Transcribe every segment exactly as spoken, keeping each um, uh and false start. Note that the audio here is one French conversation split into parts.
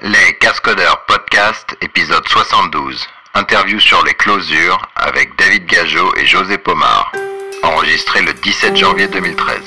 Les Cascodeurs Podcast, épisode soixante-douze. Interview sur les closures avec David Gageot et José Pomar. Enregistré le dix-sept janvier deux mille treize.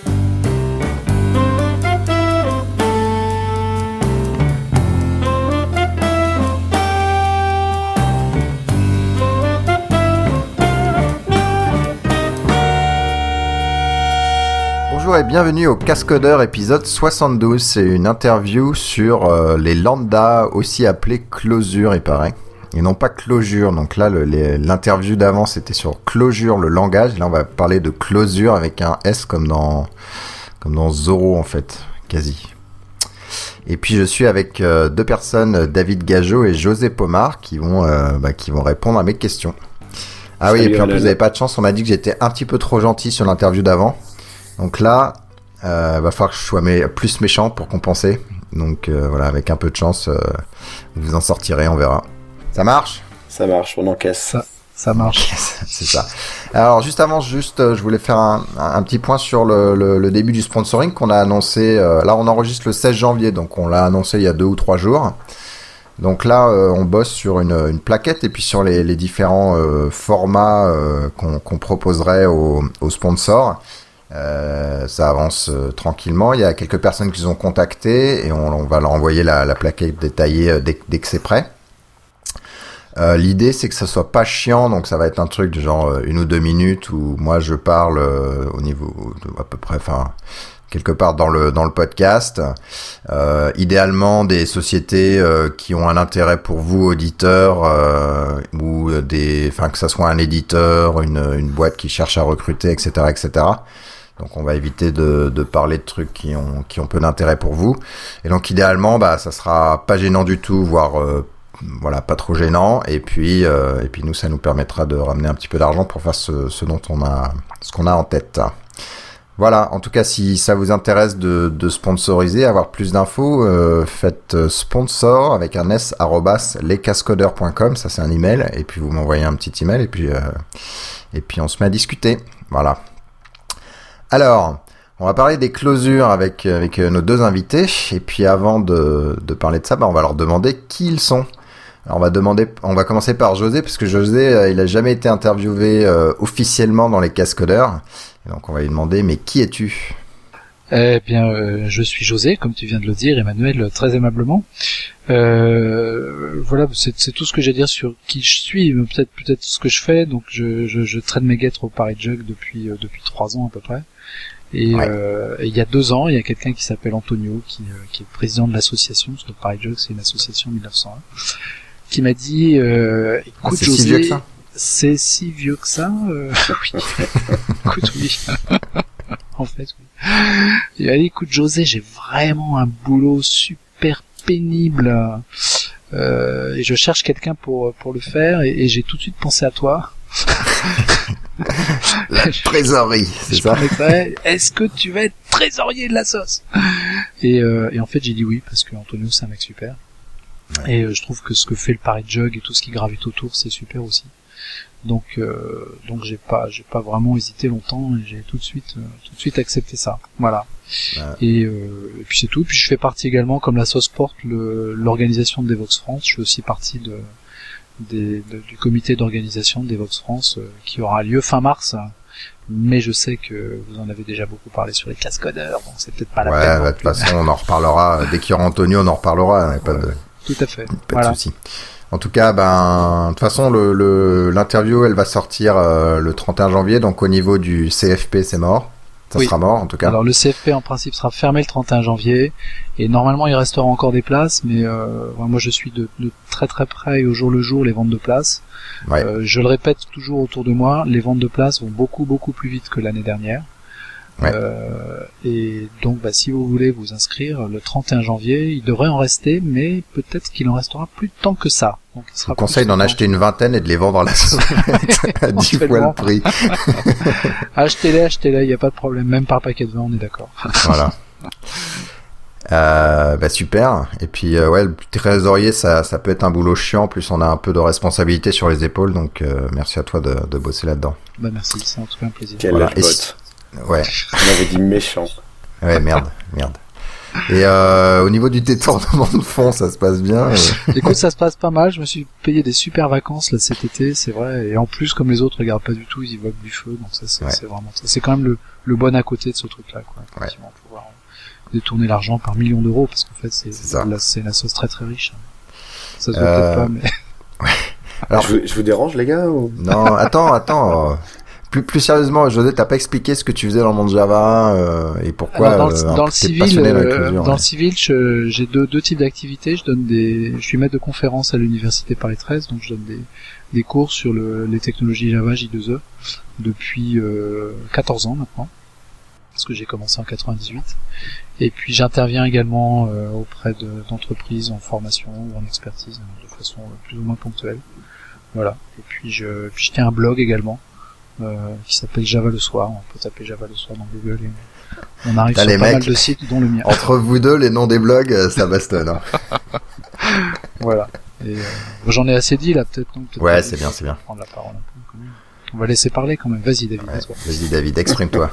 Bonjour et bienvenue au Cascodeur épisode soixante-douze. C'est une interview sur euh, les lambda, aussi appelés closures, il paraît. Et non pas closure. Donc là, le, les, l'interview d'avant, c'était sur closure, le langage. Là, on va parler de closure avec un S comme dans, comme dans Zorro, en fait. Quasi. Et puis, je suis avec euh, deux personnes, David Gageot et José Pomar, qui vont, euh, bah, qui vont répondre à mes questions. Ah oui, Salut, et puis en plus, vous n'avez pas de chance. On m'a dit que j'étais un petit peu trop gentil sur l'interview d'avant. Donc là, euh, va falloir que je sois mé- plus méchant pour compenser. Donc euh, voilà, avec un peu de chance, euh, vous en sortirez, on verra. Ça marche ? Ça marche, on encaisse. Ça, ça marche. C'est ça. Alors juste avant, juste, euh, je voulais faire un, un petit point sur le, le, le début du sponsoring qu'on a annoncé. Euh, là, on enregistre le seize janvier, donc on l'a annoncé il y a deux ou trois jours. Donc là, euh, on bosse sur une, une plaquette et puis sur les, les différents euh, formats euh, qu'on, qu'on proposerait aux, aux sponsors. Euh, ça avance euh, tranquillement. Il y a quelques personnes qui nous ont contactés et on, on va leur envoyer la, la plaquette détaillée euh, dès, dès que c'est prêt. Euh, l'idée c'est que ça soit pas chiant, donc ça va être un truc de genre euh, une ou deux minutes où moi je parle euh, au niveau de, à peu près, enfin quelque part dans le dans le podcast. Euh, idéalement des sociétés euh, qui ont un intérêt pour vous auditeurs euh, ou des, enfin que ça soit un éditeur, une une boîte qui cherche à recruter, et cetera, et cetera. Donc on va éviter de, de parler de trucs qui ont qui ont peu d'intérêt pour vous. Et donc idéalement, bah ça sera pas gênant du tout, voire euh, voilà pas trop gênant. Et puis euh, et puis nous ça nous permettra de ramener un petit peu d'argent pour faire ce, ce dont on a ce qu'on a en tête. Voilà. En tout cas, si ça vous intéresse de, de sponsoriser, avoir plus d'infos, euh, faites sponsor avec un s arobase lescascodeurs point com. Ça c'est un email. Et puis vous m'envoyez un petit email et puis euh, et puis on se met à discuter. Voilà. Alors, on va parler des closures avec, avec nos deux invités. Et puis avant de, de parler de ça, bah, on va leur demander qui ils sont. Alors on va demander, on va commencer par José, parce que José, euh, il a jamais été interviewé euh, officiellement dans les Cascodeurs. Et donc on va lui demander, mais qui es-tu ? Eh bien, euh, je suis José, comme tu viens de le dire, Emmanuel, très aimablement. Euh, voilà, c'est, c'est tout ce que j'ai à dire sur qui je suis, mais peut-être peut-être ce que je fais. Donc je, je, je traîne mes guêtres au Paris Jug depuis euh, depuis trois ans à peu près. Et, ouais. euh, et il y a deux ans, il y a quelqu'un qui s'appelle Antonio, qui, euh, qui est président de l'association, parce que le Paris Jug c'est une association mille neuf cent un, qui m'a dit, euh, écoute ah, c'est José, si vieux que ça c'est si vieux que ça. Euh, oui. Écoute, oui. En fait, oui. Il m'a dit, écoute José, j'ai vraiment un boulot super pénible euh, et je cherche quelqu'un pour pour le faire et, et j'ai tout de suite pensé à toi. La trésorerie, c'est je ça. Parlais, est-ce que tu vas être trésorier de la sauce ? Et, euh, et en fait, j'ai dit oui parce que Antonio c'est un mec super. Ouais. Et euh, je trouve que ce que fait le Paris Jug et tout ce qui gravite autour, c'est super aussi. Donc, euh, donc j'ai pas, j'ai pas vraiment hésité longtemps et j'ai tout de suite, euh, tout de suite accepté ça. Voilà. Ouais. Et, euh, et puis c'est tout. Puis je fais partie également, comme la sauce porte, le, l'organisation de Devox France. Je fais aussi partie de, des, de, du comité d'organisation de Devox France euh, qui aura lieu fin mars. Mais je sais que vous en avez déjà beaucoup parlé sur les Cascodeurs, donc c'est peut-être pas la ouais, peine. Ouais, de toute façon, on en reparlera. Dès qu'il y aura Antonio, on en reparlera. Hein, pas ouais. de, tout à fait. Pas voilà. de souci. En tout cas, ben, de toute façon, le, le, l'interview, elle va sortir euh, le trente et un janvier. Donc, au niveau du C F P, c'est mort. Ça oui. sera mort, en tout cas. Alors, le C F P, en principe, sera fermé le trente et un janvier. Et normalement, il restera encore des places. Mais euh, moi, je suis de, de très très près et au jour le jour les ventes de places. Ouais. Euh, je le répète toujours autour de moi, les ventes de places vont beaucoup beaucoup plus vite que l'année dernière. Ouais. Euh, et donc, bah, si vous voulez vous inscrire le trente et un janvier, il devrait en rester, mais peut-être qu'il en restera plus de temps que ça. Donc, il sera Je vous conseille d'en acheter une vingtaine et de les vendre à la semaine à dix fois le prix. Achetez-les, achetez-les, il n'y a pas de problème, même par paquet de vingt, on est d'accord. Voilà. Euh, bah super. Et puis euh, ouais, le trésorier, ça, ça peut être un boulot chiant. En plus, on a un peu de responsabilité sur les épaules, donc euh, merci à toi de, de bosser là-dedans. Bah merci, c'est en tout cas un plaisir. Quel voilà. Et si... Ouais. On avait dit méchant. Ouais, merde, merde. Et euh, au niveau du détournement de fonds, ça se passe bien. Et... Écoute, ça se passe pas mal. Je me suis payé des super vacances là cet été, c'est vrai. Et en plus, comme les autres regardent pas du tout, ils y voient du feu. Donc ça, c'est, ouais. c'est vraiment ça. C'est quand même le, le bon à côté de ce truc-là, quoi. Effectivement, ouais. Pouvoir détourner l'argent par millions d'euros, parce qu'en fait, c'est, c'est, là, c'est une sauce très très riche. Ça se voit euh... peut-être pas, mais. Ouais. Alors, je, je vous dérange, les gars ou... Non, attends, attends. Euh... Plus, plus sérieusement, José, t'as pas expliqué ce que tu faisais dans le monde Java euh, et pourquoi. Alors, dans le, euh, dans le civil, euh, dans ouais. le civil, je, j'ai deux, deux types d'activités. Je donne des, je suis maître de conférence à l'université Paris treize, donc je donne des, des cours sur le, les technologies Java J deux E depuis euh, quatorze ans maintenant, parce que j'ai commencé en quatre-vingt-dix-huit. Et puis j'interviens également euh, auprès de, d'entreprises en formation ou en expertise de façon plus ou moins ponctuelle. Voilà. Et puis je, puis je tiens un blog également. Euh, qui s'appelle Java le soir. On peut taper Java le soir dans Google et on arrive T'as sur pas mecs, mal de sites dont le mien. Entre vous deux, les noms des blogs, ça bastonne. Hein. Voilà. Et euh, j'en ai assez dit là, peut-être. Non, peut-être ouais, c'est bien, c'est bien. Prendre la parole un peu, quand même. On va laisser parler quand même. Vas-y, David. Ouais, vas-y, David, exprime-toi.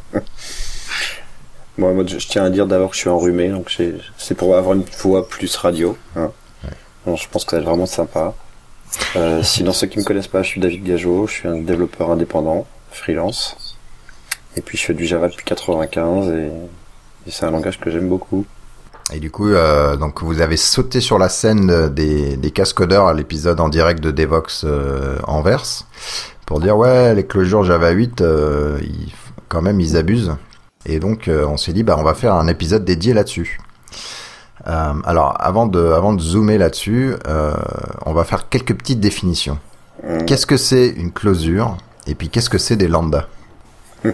Bon, moi, je tiens à dire d'abord que je suis enrhumé, donc j'ai... c'est pour avoir une voix plus radio. Hein. Ouais. Donc, je pense que ça va être vraiment sympa. Euh, sinon, ceux qui me connaissent pas, je suis David Gageot, je suis un développeur indépendant, freelance, et puis je fais du Java depuis quatre-vingt-quinze et, et c'est un langage que j'aime beaucoup. Et du coup, euh, donc vous avez sauté sur la scène des, des cascodeurs à l'épisode en direct de Devox euh, Anvers pour dire ouais, les closures Java huit, euh, ils, quand même ils abusent. Et donc euh, on s'est dit bah on va faire un épisode dédié là-dessus. Euh, alors, avant de, avant de zoomer là-dessus, euh, on va faire quelques petites définitions. Mmh. Qu'est-ce que c'est une closure ? Et puis, qu'est-ce que c'est des lambdas ? Tu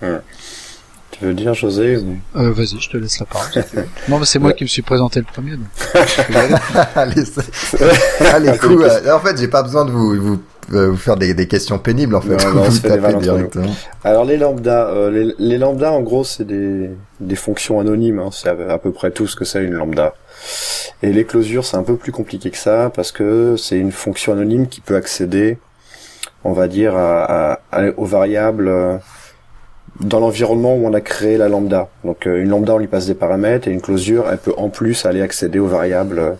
veux dire, José ou... euh, Vas-y, je te laisse la parole. Non, mais c'est moi qui me suis présenté le premier. Donc. Allez, allez, cool. En fait, j'ai pas besoin de vous, vous, euh, vous faire des, des questions pénibles. En fait, non, non, vous tapez directement. Alors, les lambdas, euh, les, les lambdas, en gros, c'est des, des fonctions anonymes. Hein. C'est à, à peu près tout ce que c'est une lambda. Et les closures, c'est un peu plus compliqué que ça parce que c'est une fonction anonyme qui peut accéder, on va dire, à, à, à, aux variables. Euh, dans l'environnement où on a créé la lambda. Donc euh, une lambda, on lui passe des paramètres, et une closure, elle peut en plus aller accéder aux variables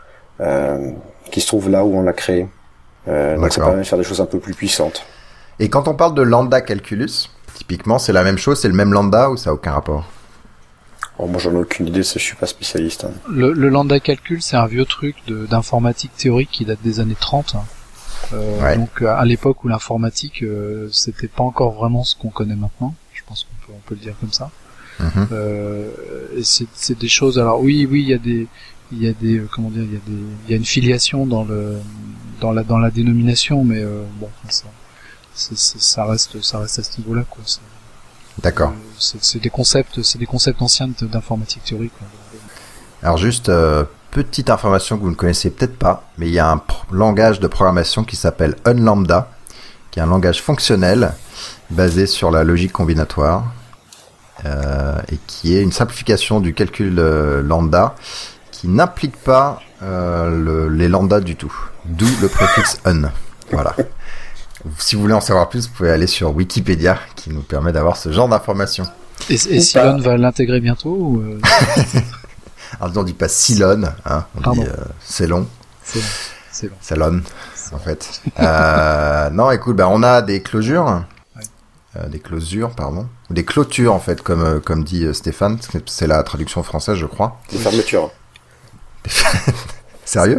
euh, qui se trouvent là où on l'a créé. Euh, donc ça permet de faire des choses un peu plus puissantes. Et quand on parle de lambda calculus, typiquement, c'est la même chose, c'est le même lambda ou ça n'a aucun rapport ? Oh, moi, j'en ai aucune idée, je suis pas spécialiste. Hein. Le, le lambda calcul, c'est un vieux truc de, d'informatique théorique qui date des années trente. Euh, ouais. Donc à l'époque où l'informatique euh, c'était pas encore vraiment ce qu'on connaît maintenant, je pense qu'on peut, on peut le dire comme ça. Mm-hmm. Euh, et c'est, c'est des choses. Alors oui, oui, il y a des, il y a des, comment dire, il y a des, il y a une filiation dans le, dans la, dans la dénomination, mais euh, bon, ça, c'est, c'est, ça reste, ça reste à ce niveau-là, quoi. C'est, D'accord. Euh, c'est, c'est des concepts, c'est des concepts anciens d'informatique théorique. Quoi. Alors juste. Euh... Petite information que vous ne connaissez peut-être pas, mais il y a un pro- langage de programmation qui s'appelle Unlambda, qui est un langage fonctionnel basé sur la logique combinatoire euh, et qui est une simplification du calcul euh, lambda qui n'implique pas euh, le, les lambdas du tout, d'où le préfixe un. Voilà. Si vous voulez en savoir plus, vous pouvez aller sur Wikipédia qui nous permet d'avoir ce genre d'informations. Et, et Silon va l'intégrer bientôt ou euh... Alors, on dit pas Silon, hein, on Pardon. dit euh, Célon. C'est long. C'est long. Célon, en fait. euh, non, écoute, bah, on a des closures, ouais. euh, des closures, pardon, ou des clôtures, en fait, comme, euh, comme dit euh, Stéphane, c'est la traduction française, je crois. Des fermetures. Sérieux ?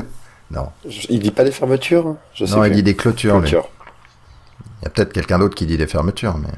Non. Il dit pas des fermetures ? Je sais Non, plus. il dit des clôtures. Clôture. Il y a peut-être quelqu'un d'autre qui dit des fermetures, mais...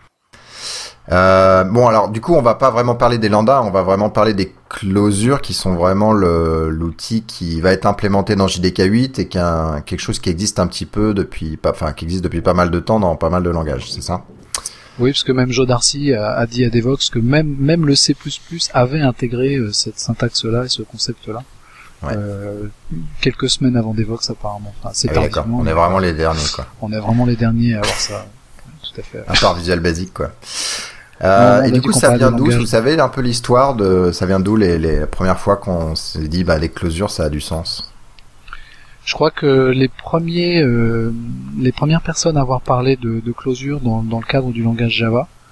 Euh, bon, alors du coup, on va pas vraiment parler des lambdas, on va vraiment parler des closures qui sont vraiment le, l'outil qui va être implémenté dans J D K huit et qui est un, quelque chose qui existe un petit peu depuis, enfin qui existe depuis pas mal de temps dans pas mal de langages, c'est ça ? Oui, parce que même Joe Darcy a, a dit à Devox que même même le C plus plus avait intégré euh, cette syntaxe-là et ce concept-là. Ouais. Euh, quelques semaines avant Devox apparemment. Enfin, c'est ah oui, d'accord. On est vraiment les derniers, quoi. On est vraiment les derniers à avoir ça. Tout à fait. À part Visual Basic, quoi. Euh, non, et du coup, ça vient d'où ? Vous savez un peu l'histoire de, ça vient d'où les, les premières fois qu'on s'est dit, bah, les closures, ça a du sens. Je crois que les premiers, euh, les premières personnes à avoir parlé de, de closure dans, dans le cadre du langage Java,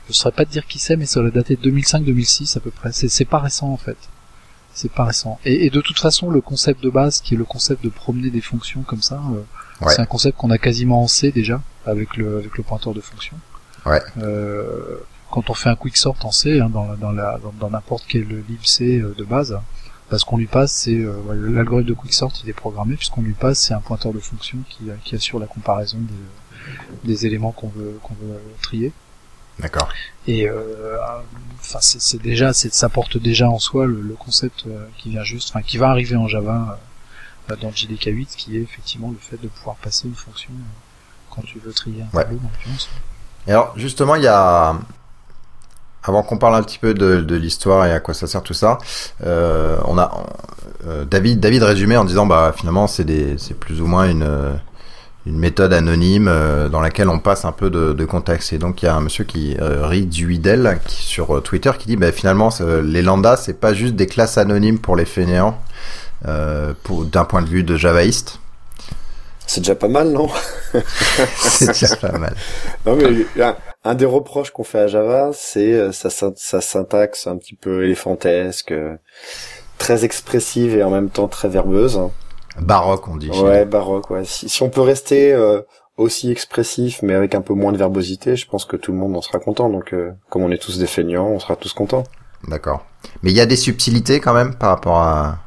je saurais pas te dire qui c'est, mais ça doit dater de deux mille cinq deux mille six à peu près. C'est, c'est pas récent en fait. C'est pas récent. Et, et de toute façon, le concept de base, qui est le concept de promener des fonctions comme ça, euh, ouais. c'est un concept qu'on a quasiment en C déjà, avec le, avec le pointeur de fonction. Ouais. Euh, quand on fait un quicksort en C, hein, dans, dans, la, dans, dans n'importe quel libc de base, parce qu'on lui passe, c'est euh, l'algorithme de quicksort, il est programmé, puisqu'on lui passe, c'est un pointeur de fonction qui, qui assure la comparaison des, des éléments qu'on veut, qu'on veut trier. D'accord. Et euh, enfin c'est, c'est déjà, c'est, ça porte déjà en soi le, le concept euh, qui vient juste, enfin qui va arriver en Java euh, dans le J D K huit, qui est effectivement le fait de pouvoir passer une fonction euh, quand tu veux trier un tableau. Ouais. Et alors justement, il y a, avant qu'on parle un petit peu de, de l'histoire et à quoi ça sert tout ça, euh, on a euh, David, David résumé en disant bah finalement c'est des, c'est plus ou moins une une méthode anonyme euh, dans laquelle on passe un peu de, de contexte. Et donc il y a un monsieur qui euh, Riduidel qui sur Twitter qui dit bah finalement les lambdas c'est pas juste des classes anonymes pour les fainéants euh, pour d'un point de vue de javaïste. C'est déjà pas mal, non? C'est déjà pas mal. Non mais un, un des reproches qu'on fait à Java, c'est euh, sa, sa syntaxe un petit peu éléphantesque, euh, très expressive et en même temps très verbeuse. Baroque, on dit. Ouais, baroque, ouais. Si, si on peut rester euh, aussi expressif, mais avec un peu moins de verbosité, je pense que tout le monde en sera content. Donc, euh, comme on est tous des feignants, on sera tous contents. D'accord. Mais il y a des subtilités quand même par rapport à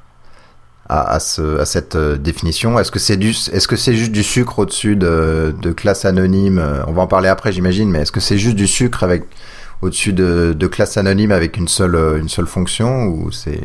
à, à, ce, à cette euh, définition. Est-ce que c'est du, est-ce que c'est juste du sucre au-dessus de, de classes anonymes? On va en parler après, j'imagine. Mais est-ce que c'est juste du sucre avec au-dessus de, de classes anonymes avec une seule une seule fonction, ou c'est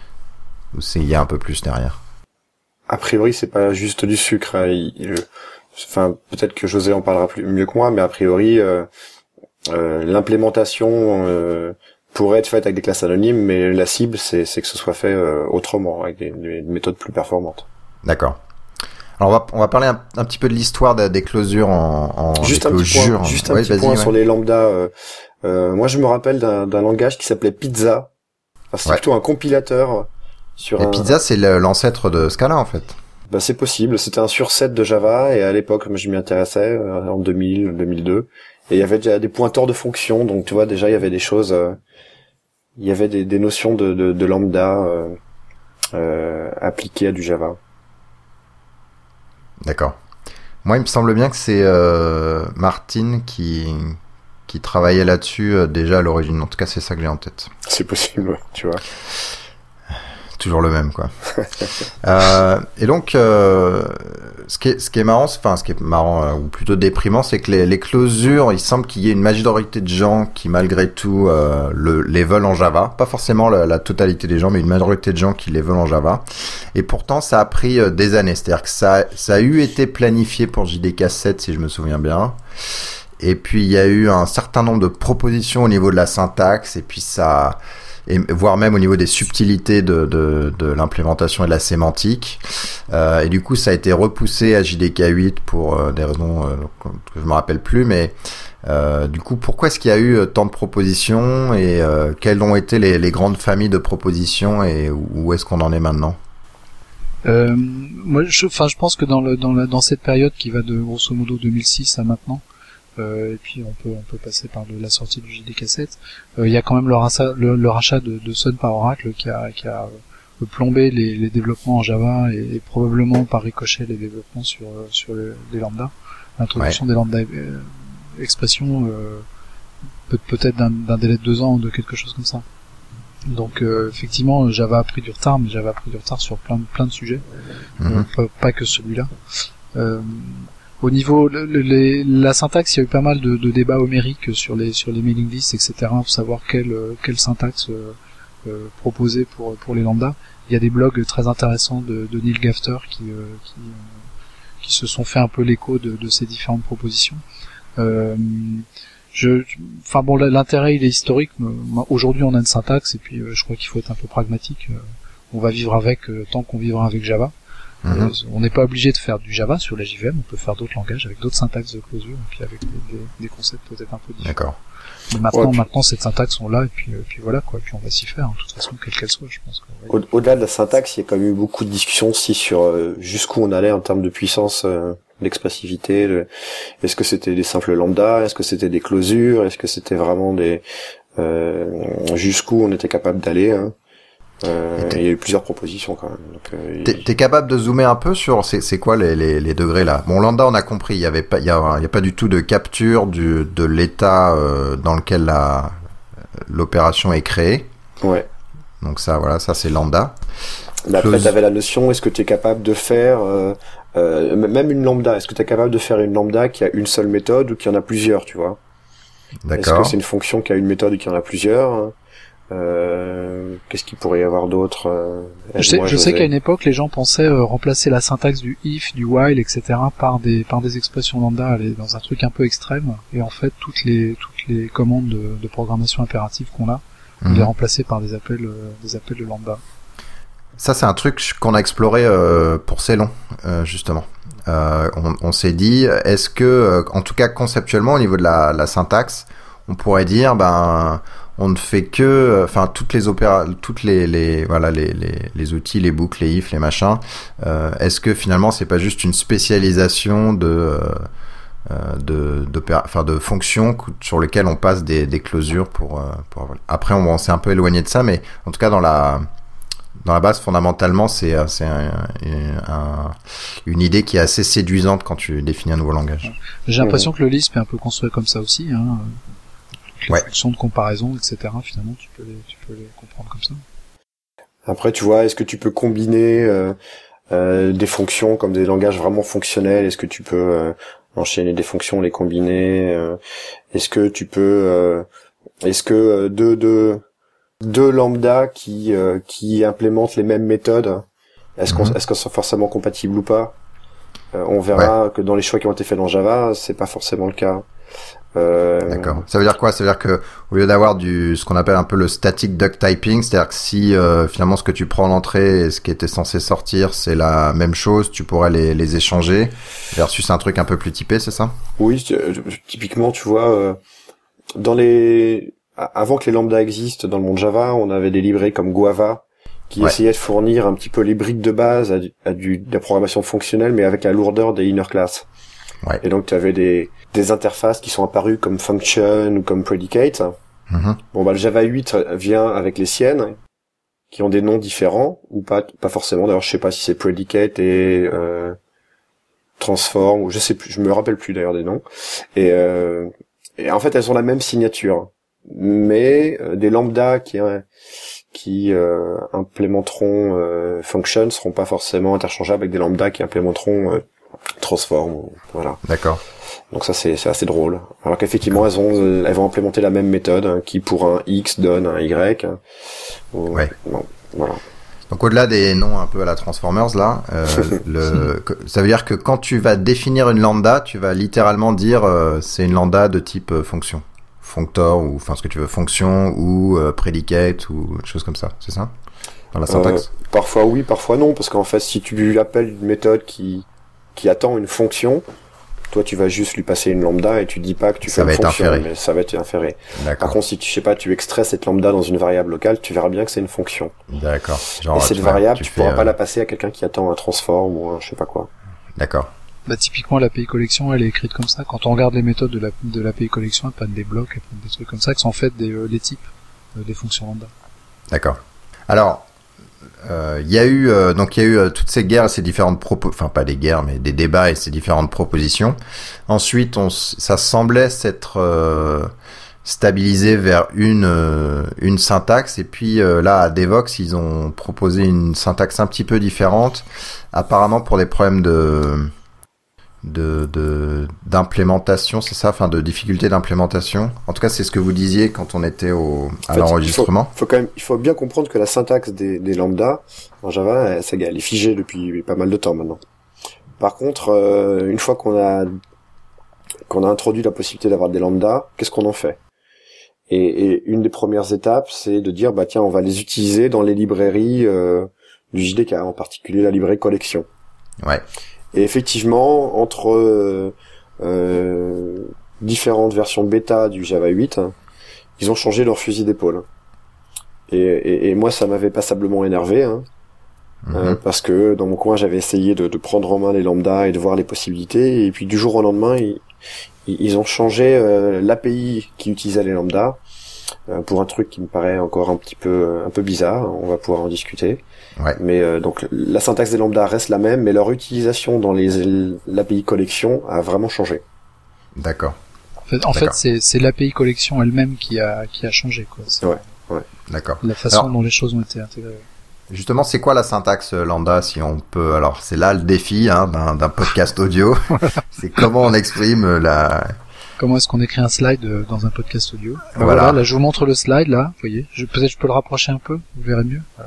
ou c'est il y a un peu plus derrière? A priori, c'est pas juste du sucre. Hein. Il, il, enfin, peut-être que José en parlera plus, mieux que moi, mais a priori, euh, euh, l'implémentation euh, pourrait être faite avec des classes anonymes, mais la cible, c'est, c'est que ce soit fait euh, autrement, avec des, des méthodes plus performantes. D'accord. Alors, on va, on va parler un, un petit peu de l'histoire des, des closures en, en juste un petit point, juste un ouais, petit point ouais. sur les lambdas. Euh, euh, moi, je me rappelle d'un, d'un langage qui s'appelait Pizza. Enfin, c'est ouais. plutôt un compilateur. Sur et un... Pizza, c'est le, l'ancêtre de Scala, en fait. Bah, c'est possible. C'était un surset de Java, et à l'époque, moi, je m'y intéressais, euh, en deux mille, deux mille deux. Et il y avait déjà des pointeurs de fonctions, donc tu vois, déjà, il y avait des choses, euh, il y avait des, des notions de, de, de lambda, euh, euh, appliquées à du Java. D'accord. Moi, il me semble bien que c'est, euh, Martin qui, qui travaillait là-dessus, euh, déjà à l'origine. En tout cas, c'est ça que j'ai en tête. C'est possible, tu vois. Toujours le même, quoi. euh, et donc, euh, ce qui est, ce qui est marrant, enfin, ce qui est marrant, euh, ou plutôt déprimant, c'est que les, les closures, il semble qu'il y ait une majorité de gens qui, malgré tout, euh, le, les veulent en Java. Pas forcément la, la totalité des gens, mais une majorité de gens qui les veulent en Java. Et pourtant, ça a pris euh, des années. C'est-à-dire que ça, ça a eu été planifié pour J D K sept, si je me souviens bien. Et puis, il y a eu un certain nombre de propositions au niveau de la syntaxe, et puis ça... et voire même au niveau des subtilités de, de, de l'implémentation et de la sémantique. Euh, et du coup, ça a été repoussé à J D K huit pour euh, des raisons euh, que je me rappelle plus. Mais euh, du coup, pourquoi est-ce qu'il y a eu tant de propositions et euh, quelles ont été les, les grandes familles de propositions et où, où est-ce qu'on en est maintenant? euh, Moi, je, enfin, je pense que dans, le, dans, la, dans cette période qui va de grosso modo deux mille six à maintenant, Euh, et puis on peut on peut passer par de la sortie du J D K sept. Il euh, y a quand même le rachat, le, le rachat de, de Sun par Oracle qui a qui a euh, plombé les, les développements en Java et, et probablement par ricochet les développements sur sur le, les lambda. L'introduction ouais. des lambda euh, expression euh, peut, peut-être d'un, d'un délai de deux ans ou de quelque chose comme ça. Donc euh, effectivement Java a pris du retard, mais Java a pris du retard sur plein plein de sujets, mm-hmm. euh, pas, pas que celui-là. Euh, Au niveau le, le, les, la syntaxe, il y a eu pas mal de, de débats homériques sur les sur les mailing lists, et cetera, pour savoir quelle quelle syntaxe euh, euh, proposer pour pour les lambda. Il y a des blogs très intéressants de, de Neil Gafter qui euh, qui, euh, qui se sont fait un peu l'écho de, de ces différentes propositions. Euh, je, enfin bon, l'intérêt il est historique. Aujourd'hui, on a une syntaxe et puis euh, je crois qu'il faut être un peu pragmatique. On va vivre avec euh, tant qu'on vivra avec Java. Mmh. On n'est pas obligé de faire du Java sur la J V M, on peut faire d'autres langages avec d'autres syntaxes de closure et puis avec des, des, des concepts peut-être un peu différents. D'accord. Mais maintenant, ouais, maintenant ces syntaxes sont là et puis, et puis voilà quoi, et puis on va s'y faire, hein, de toute façon quelle qu'elle soit, je pense. Que, ouais. Au- au-delà de la syntaxe, il y a quand même eu beaucoup de discussions aussi sur euh, jusqu'où on allait en termes de puissance, euh, l'expressivité, le... est-ce que c'était des simples lambda, est-ce que c'était des closures, est-ce que c'était vraiment des euh, jusqu'où on était capable d'aller, hein. Euh, il y a eu plusieurs propositions quand même. Donc, euh, t'es, t'es capable de zoomer un peu sur c'est, c'est quoi les, les, les degrés là? Bon, lambda on a compris, il y avait pas, il y a, il y a pas du tout de capture du de l'état euh, dans lequel la l'opération est créée. Ouais. Donc ça, voilà, ça c'est lambda. Mais après, tu avais la notion, est-ce que tu es capable de faire, euh, euh, même une lambda, est-ce que tu es capable de faire une lambda qui a une seule méthode ou qui en a plusieurs, tu vois? D'accord. Est-ce que c'est une fonction qui a une méthode ou qui en a plusieurs? euh, Qu'est-ce qu'il pourrait y avoir d'autre? euh, Je sais, je sais qu'à une époque, les gens pensaient euh, remplacer la syntaxe du if, du while, et cetera par des, par des expressions lambda, aller dans un truc un peu extrême, et en fait, toutes les, toutes les commandes de, de programmation impérative qu'on a, on mmh. les remplacer par des appels, euh, des appels de lambda. Ça, c'est un truc qu'on a exploré euh, pour Célon, euh, justement. Euh, on, on s'est dit, est-ce que, euh, en tout cas conceptuellement, au niveau de la, la syntaxe, on pourrait dire, ben, on ne fait que, enfin, toutes les opéra, toutes les, les, voilà, les, les, les outils, les boucles, les ifs, les machins. Euh, est-ce que finalement, c'est pas juste une spécialisation de, euh, de, d'opéra, enfin, de fonctions sur lesquelles on passe des, des closures pour, euh, pour. Après, on, on s'est un peu éloigné de ça, mais en tout cas, dans la Dans la base, fondamentalement, c'est, c'est un, un, une idée qui est assez séduisante quand tu définis un nouveau langage. J'ai l'impression mmh. que le Lisp est un peu construit comme ça aussi. Hein. Les ouais. fonctions de comparaison, et cetera. Finalement, tu peux les, tu peux les comprendre comme ça. Après, tu vois, est-ce que tu peux combiner euh, euh, des fonctions comme des langages vraiment fonctionnels? Est-ce que tu peux euh, enchaîner des fonctions, les combiner? euh, Est-ce que tu peux... Euh, est-ce que euh, deux... deux deux lambda qui euh, qui implémentent les mêmes méthodes, est-ce qu'on mm-hmm. est-ce qu'elles sont forcément compatibles ou pas? euh, on verra ouais. que dans les choix qui ont été faits dans Java, c'est pas forcément le cas. Euh... D'accord. Ça veut dire quoi? Ça veut dire que au lieu d'avoir du ce qu'on appelle un peu le static duck typing, c'est-à-dire que si euh, finalement ce que tu prends en entrée et ce qui était censé sortir c'est la même chose, tu pourrais les les échanger versus un truc un peu plus typé, c'est ça? Oui, typiquement, tu vois, euh, dans les avant que les lambda existent dans le monde Java, on avait des librairies comme Guava qui ouais. essayaient de fournir un petit peu les briques de base à, du, à du, de la programmation fonctionnelle, mais avec la lourdeur des inner class. Ouais. Et donc tu avais des, des interfaces qui sont apparues comme function ou comme predicate. Mm-hmm. Bon bah le Java huit vient avec les siennes, qui ont des noms différents ou pas, pas forcément. D'ailleurs je sais pas si c'est predicate et euh, transform ou je sais plus, je me rappelle plus d'ailleurs des noms. Et, euh, et en fait elles ont la même signature. Mais euh, des lambdas qui euh, qui euh, implémenteront euh, function seront pas forcément interchangeables avec des lambdas qui implémenteront euh, transform. Voilà. D'accord. Donc ça c'est c'est assez drôle. Alors qu'effectivement elles ont euh, elles vont implémenter la même méthode hein, qui pour un x donne un y. Hein. Ouais. Bon, voilà. Donc au-delà des noms un peu à la Transformers là, euh, le, ça veut dire que quand tu vas définir une lambda, tu vas littéralement dire euh, c'est une lambda de type euh, fonction. Functor ou enfin ce que tu veux, fonction ou euh, predicate ou des choses comme ça, c'est ça dans la syntaxe? euh, Parfois oui, parfois non, parce qu'en fait si tu appelles une méthode qui qui attend une fonction, toi tu vas juste lui passer une lambda et tu dis pas que tu ça fais une fonction, mais ça va être inféré. D'accord. Par contre si tu sais pas, tu extrais cette lambda dans une variable locale, tu verras bien que c'est une fonction. D'accord. Genre, et cette variable, tu, tu pourras euh... pas la passer à quelqu'un qui attend un transform ou un je sais pas quoi. D'accord. Bah typiquement l'A P I collection elle est écrite comme ça. Quand on regarde les méthodes de la de l'A P I collection, elles prennent des blocs, elles prennent des trucs comme ça qui sont en fait des euh, les types euh, des fonctions lambda. D'accord. Alors il euh, y a eu euh, donc il y a eu euh, toutes ces guerres, ces différentes propos, enfin pas des guerres mais des débats et ces différentes propositions. Ensuite on ça semblait s'être euh, stabilisé vers une euh, une syntaxe et puis euh, là à Devoxx ils ont proposé une syntaxe un petit peu différente apparemment pour des problèmes de de de d'implémentation, c'est ça, enfin de difficulté d'implémentation. En tout cas, c'est ce que vous disiez quand on était au à en fait, l'enregistrement. Il faut, faut quand même, il faut bien comprendre que la syntaxe des, des lambda en Java, elle, elle est figée depuis pas mal de temps maintenant. Par contre, euh, une fois qu'on a qu'on a introduit la possibilité d'avoir des lambda, qu'est-ce qu'on en fait? Et, et une des premières étapes, c'est de dire bah tiens, on va les utiliser dans les librairies euh, du J D K, en particulier la librairie collection. Ouais. Et effectivement, entre euh, euh, différentes versions bêta du Java huit, hein, ils ont changé leur fusil d'épaule. Et, et, et moi, ça m'avait passablement énervé, hein, Mmh. Euh, parce que dans mon coin, j'avais essayé de, de prendre en main les lambda et de voir les possibilités. Et puis du jour au lendemain, ils, ils ont changé euh, l'A P I qui utilisait les lambda euh, pour un truc qui me paraît encore un petit peu un peu bizarre. On va pouvoir en discuter. Ouais. Mais euh, donc la syntaxe des lambda reste la même, mais leur utilisation dans les l'A P I collection a vraiment changé. D'accord. En fait, en fait c'est c'est l'A P I collection elle-même qui a qui a changé quoi. C'est ouais. Ouais. D'accord. La façon alors, dont les choses ont été intégrées. Justement, c'est quoi la syntaxe lambda, si on peut... Alors, c'est là le défi hein, d'un, d'un podcast audio. C'est comment on exprime la... Comment est-ce qu'on écrit un slide dans un podcast audio. Voilà. Voilà, là, je vous montre le slide, là. Vous voyez, je, peut-être je peux le rapprocher un peu, vous verrez mieux. Voilà.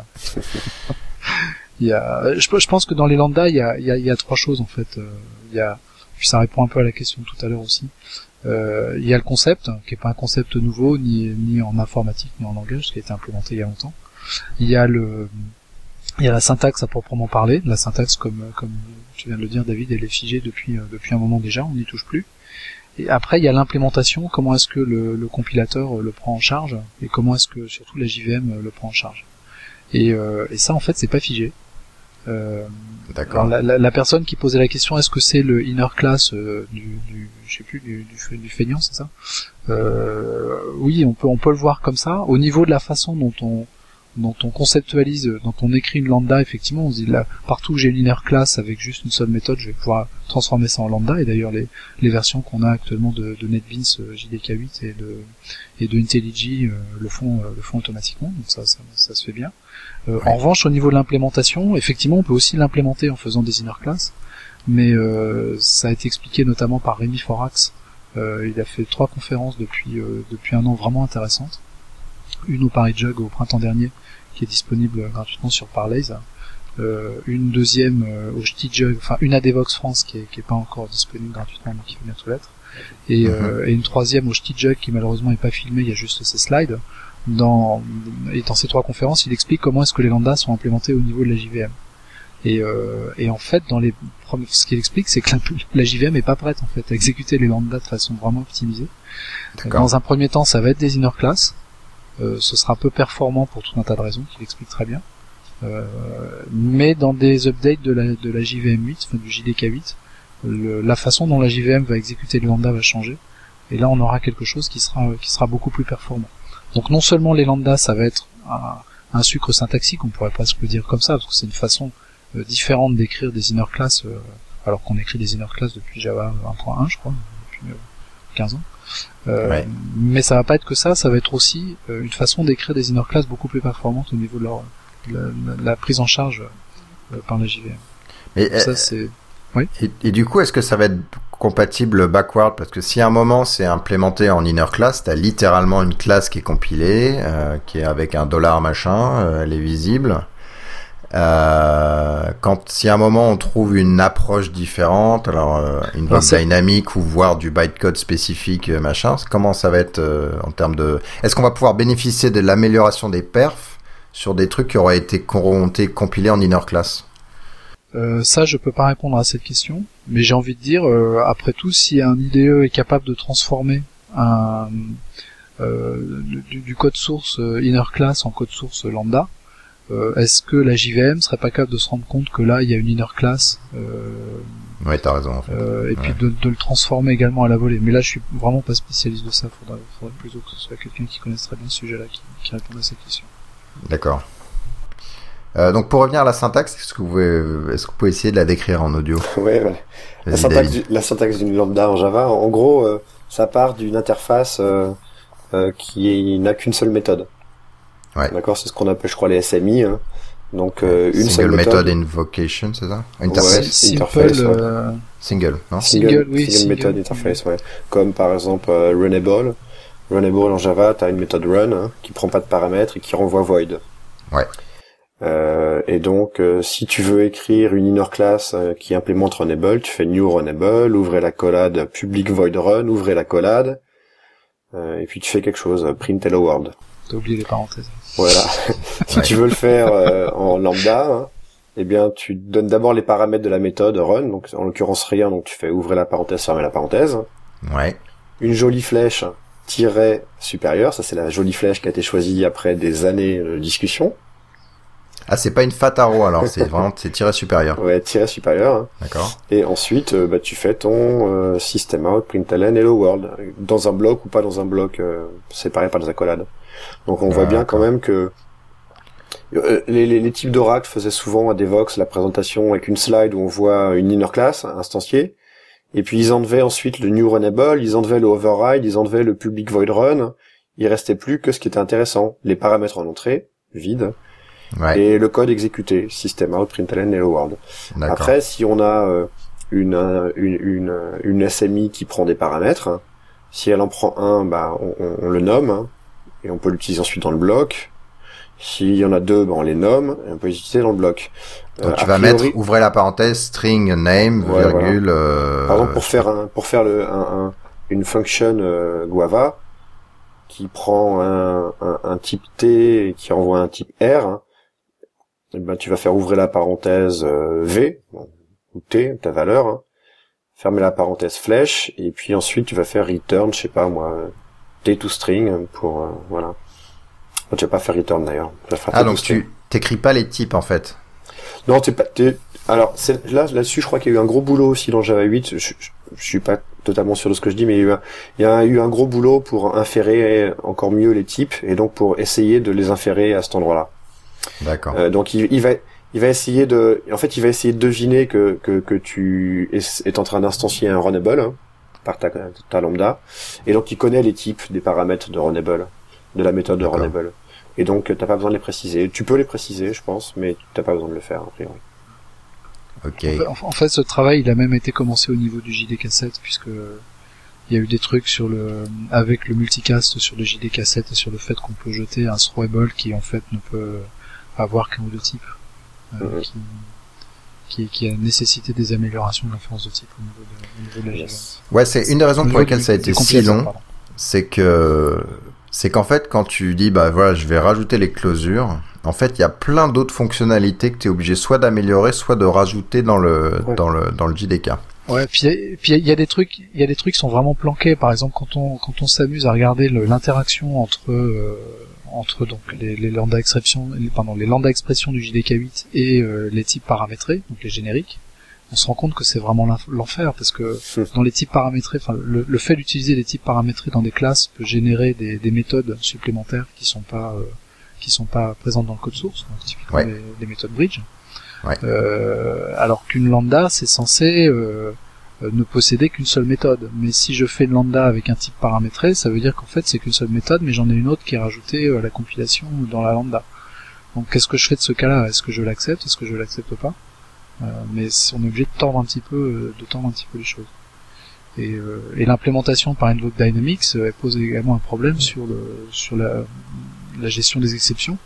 il y a, je, je pense que dans les lambda, il y a, il y a, il y a trois choses, en fait. Euh, il y a, puis ça répond un peu à la question tout à l'heure aussi. Euh, il y a le concept, qui est pas un concept nouveau, ni, ni en informatique, ni en langage, qui a été implémenté il y a longtemps. Il y a le, il y a la syntaxe à proprement parler. La syntaxe, comme, comme tu viens de le dire, David, elle est figée depuis, depuis un moment déjà, on n'y touche plus. Et après, il y a l'implémentation, comment est-ce que le, le compilateur le prend en charge, et comment est-ce que, surtout, la J V M le prend en charge. Et, euh, et ça, en fait, c'est pas figé. Euh, D'accord. La, la, la personne qui posait la question, est-ce que c'est le inner class euh, du, du, je sais plus, du, du, du feignant, c'est ça? Euh, oui, on peut, on peut le voir comme ça. Au niveau de la façon dont on, dont on conceptualise, dont on écrit une lambda, effectivement, on se dit là, partout où j'ai une inner class avec juste une seule méthode, je vais pouvoir transformer ça en lambda. Et d'ailleurs, les, les versions qu'on a actuellement de, de NetBeans J D K huit et de, et de IntelliJ euh, le font, euh, le font automatiquement. Donc ça, ça, ça se fait bien. Euh, ouais. En revanche, au niveau de l'implémentation, effectivement, on peut aussi l'implémenter en faisant des inner classes. Mais euh, ça a été expliqué notamment par Rémi Forax. Euh, il a fait trois conférences depuis, euh, depuis un an vraiment intéressantes. Une au Paris Jug au printemps dernier, qui est disponible gratuitement sur Parlays, euh, une deuxième euh, au J T Jug, enfin une à Devox France qui est, qui est pas encore disponible gratuitement mais qui va bientôt l'être, et, mm-hmm. euh, et une troisième au J T Jug qui malheureusement est pas filmée, il y a juste ces slides. Dans, et dans ces trois conférences, il explique comment est-ce que les lambdas sont implémentés au niveau de la J V M. Et, euh, et en fait, dans les ce qu'il explique, c'est que la, la J V M est pas prête en fait à exécuter les lambdas de façon vraiment optimisée. D'accord. Dans un premier temps, ça va être des inner classes. Euh, ce sera peu performant pour tout un tas de raisons qu'il explique très bien. Euh, mais dans des updates de la, de la J V M huit, enfin du J D K huit, le, la façon dont la J V M va exécuter les lambdas va changer. Et là, on aura quelque chose qui sera, qui sera beaucoup plus performant. Donc non seulement les lambdas, ça va être un, un sucre syntaxique, on pourrait presque le dire comme ça, parce que c'est une façon euh, différente d'écrire des inner classes, euh, alors qu'on écrit des inner classes depuis Java un point un, je crois, depuis euh, quinze ans. Euh, ouais. Mais ça va pas être que ça, ça va être aussi euh, une façon d'écrire des inner classes beaucoup plus performantes au niveau de leur la, la, la prise en charge euh, par la J V M. Mais ça euh, c'est oui. Et, et du coup, est-ce que ça va être compatible backward? Parce que si à un moment c'est implémenté en inner class, t'as littéralement une classe qui est compilée, euh, qui est avec un dollar machin, euh, elle est visible. Euh, quand si à un moment on trouve une approche différente, alors euh, une vote dynamique ou voire du bytecode spécifique euh, machin, comment ça va être euh, en termes de, est-ce qu'on va pouvoir bénéficier de l'amélioration des perfs sur des trucs qui auraient été, qui auront été compilés en inner class? Euh, ça, je peux pas répondre à cette question, mais j'ai envie de dire, euh, après tout, si un I D E est capable de transformer un euh, du, du code source euh, inner class en code source lambda, Euh, est-ce que la J V M serait pas capable de se rendre compte que là il y a une inner class euh, ouais, t'as raison en fait. Euh, et ouais. puis de, de le transformer également à la volée. Mais là je suis vraiment pas spécialiste de ça, faudrait, faudrait plutôt que ce soit quelqu'un qui connaisse très bien ce sujet-là qui, qui réponde à cette question. D'accord. Euh, donc pour revenir à la syntaxe, est-ce que vous pouvez, est-ce que vous pouvez essayer de la décrire en audio? Ouais, ouais. La syntaxe, du, la syntaxe d'une lambda en Java, en gros, euh, ça part d'une interface euh, euh, qui n'a qu'une seule méthode. Ouais. D'accord, c'est ce qu'on appelle, je crois, les S M I. Hein. Donc euh, une single seule méthode. method invocation, c'est ça? Interface. Ouais, simple, interface. Ouais. Euh... Single, non? Single, single, oui, single, single method interface, ouais. Comme par exemple euh, runnable. Runnable en Java, t'as une méthode run hein, qui prend pas de paramètres et qui renvoie void. Ouais. Euh, et donc, euh, si tu veux écrire une inner class euh, qui implémente runnable, tu fais new runnable, ouvrez la collade public void run, ouvrez la collade, euh, et puis tu fais quelque chose, print hello world. T'as oublié les parenthèses. Voilà. Si ouais. tu veux le faire euh, en lambda, hein, eh bien, tu donnes d'abord les paramètres de la méthode run, donc en l'occurrence rien, donc tu fais ouvrir la parenthèse, fermer la parenthèse. Ouais. Une jolie flèche tiret supérieur, ça c'est la jolie flèche qui a été choisie après des années de discussion. Ah, c'est pas une fat arrow alors, c'est vraiment c'est tiret supérieur. Ouais, tiret supérieur. Hein. D'accord. Et ensuite, euh, bah, tu fais ton euh, system out, println, hello world, dans un bloc ou pas dans un bloc euh, séparé par des accolades. Donc on ouais, voit bien d'accord. quand même que euh, les, les, les types d'Oracle faisaient souvent à Devoxx la présentation avec une slide où on voit une inner class instanciée, et puis ils enlevaient ensuite le new runnable, ils enlevaient le override, ils enlevaient le public void run. Il restait plus que ce qui était intéressant, les paramètres en entrée, vide, ouais. et le code exécuté, system out, println, hello world. D'accord. Après, si on a euh, une, une, une, une S M I qui prend des paramètres, si elle en prend un, bah, on, on, on le nomme, hein, et on peut l'utiliser ensuite dans le bloc. S'il y en a deux, bah, on les nomme, et on peut les utiliser dans le bloc. Donc euh, tu vas priori... mettre, ouvrez la parenthèse, string, name, ouais, virgule... Voilà. Euh... Par exemple, pour faire, un, pour faire le, un, un, une function euh, Guava, qui prend un, un, un type T et qui renvoie un type R, hein, et ben tu vas faire ouvrir la parenthèse euh, V, bon, ou T, ta valeur, hein, fermer la parenthèse flèche, et puis ensuite tu vas faire return, je sais pas moi, T to string, pour, euh, voilà. Bon, tu vas pas faire return d'ailleurs. Ah, donc tu t'écris pas les types en fait. Non, t'es pas, t'es, alors, c'est, là, là-dessus, je crois qu'il y a eu un gros boulot aussi dans Java huit, je, je, je suis pas totalement sûr de ce que je dis, mais il y a eu un, il y a eu un gros boulot pour inférer encore mieux les types, et donc pour essayer de les inférer à cet endroit-là. D'accord. Euh, donc il, il va, il va essayer de, en fait, il va essayer de deviner que que que tu es, es en train d'instancier un runnable, hein, par ta, ta lambda, et donc il connaît les types des paramètres de runnable, de la méthode de runnable, et donc t'as pas besoin de les préciser. Tu peux les préciser, je pense, mais t'as pas besoin de le faire a priori. Ok. En fait, ce travail, il a même été commencé au niveau du J D K sept, puisque il y a eu des trucs sur le, avec le multicast sur le J D K sept et sur le fait qu'on peut jeter un throwable qui, en fait, ne peut avoir qu'un ou deux types, euh, mmh. qui, qui, qui a nécessité des améliorations de l'inférence de type au niveau de, au niveau de la yes. Ouais, c'est une des raisons pour lesquelles ça a été si long. C'est que, c'est qu'en fait, quand tu dis, bah voilà, je vais rajouter les closures, en fait, il y a plein d'autres fonctionnalités que tu es obligé soit d'améliorer, soit de rajouter dans le, ouais. dans le, dans le J D K. Ouais, puis puis il y a des trucs, il y a des trucs qui sont vraiment planqués. Par exemple, quand on quand on s'amuse à regarder le, l'interaction entre euh, entre donc les, les lambda expressions, pardon, les lambda expressions du J D K huit et euh, les types paramétrés, donc les génériques, on se rend compte que c'est vraiment l'enfer, parce que dans les types paramétrés, enfin le, le fait d'utiliser les types paramétrés dans des classes peut générer des, des méthodes supplémentaires qui sont pas euh, qui sont pas présentes dans le code source, donc typiquement ouais. les, les méthodes bridge. Ouais. Euh, alors qu'une lambda, c'est censé euh, ne posséder qu'une seule méthode. Mais si je fais une lambda avec un type paramétré, ça veut dire qu'en fait c'est qu'une seule méthode, mais j'en ai une autre qui est rajoutée à la compilation dans la lambda. Donc qu'est-ce que je fais de ce cas-là ? Est-ce que je l'accepte ? Est-ce que je l'accepte pas ? euh, Mais on est obligé de tordre un petit peu, de tordre un petit peu les choses. Et, euh, et l'implémentation par Invoke Dynamics elle pose également un problème sur le sur la, la gestion des exceptions.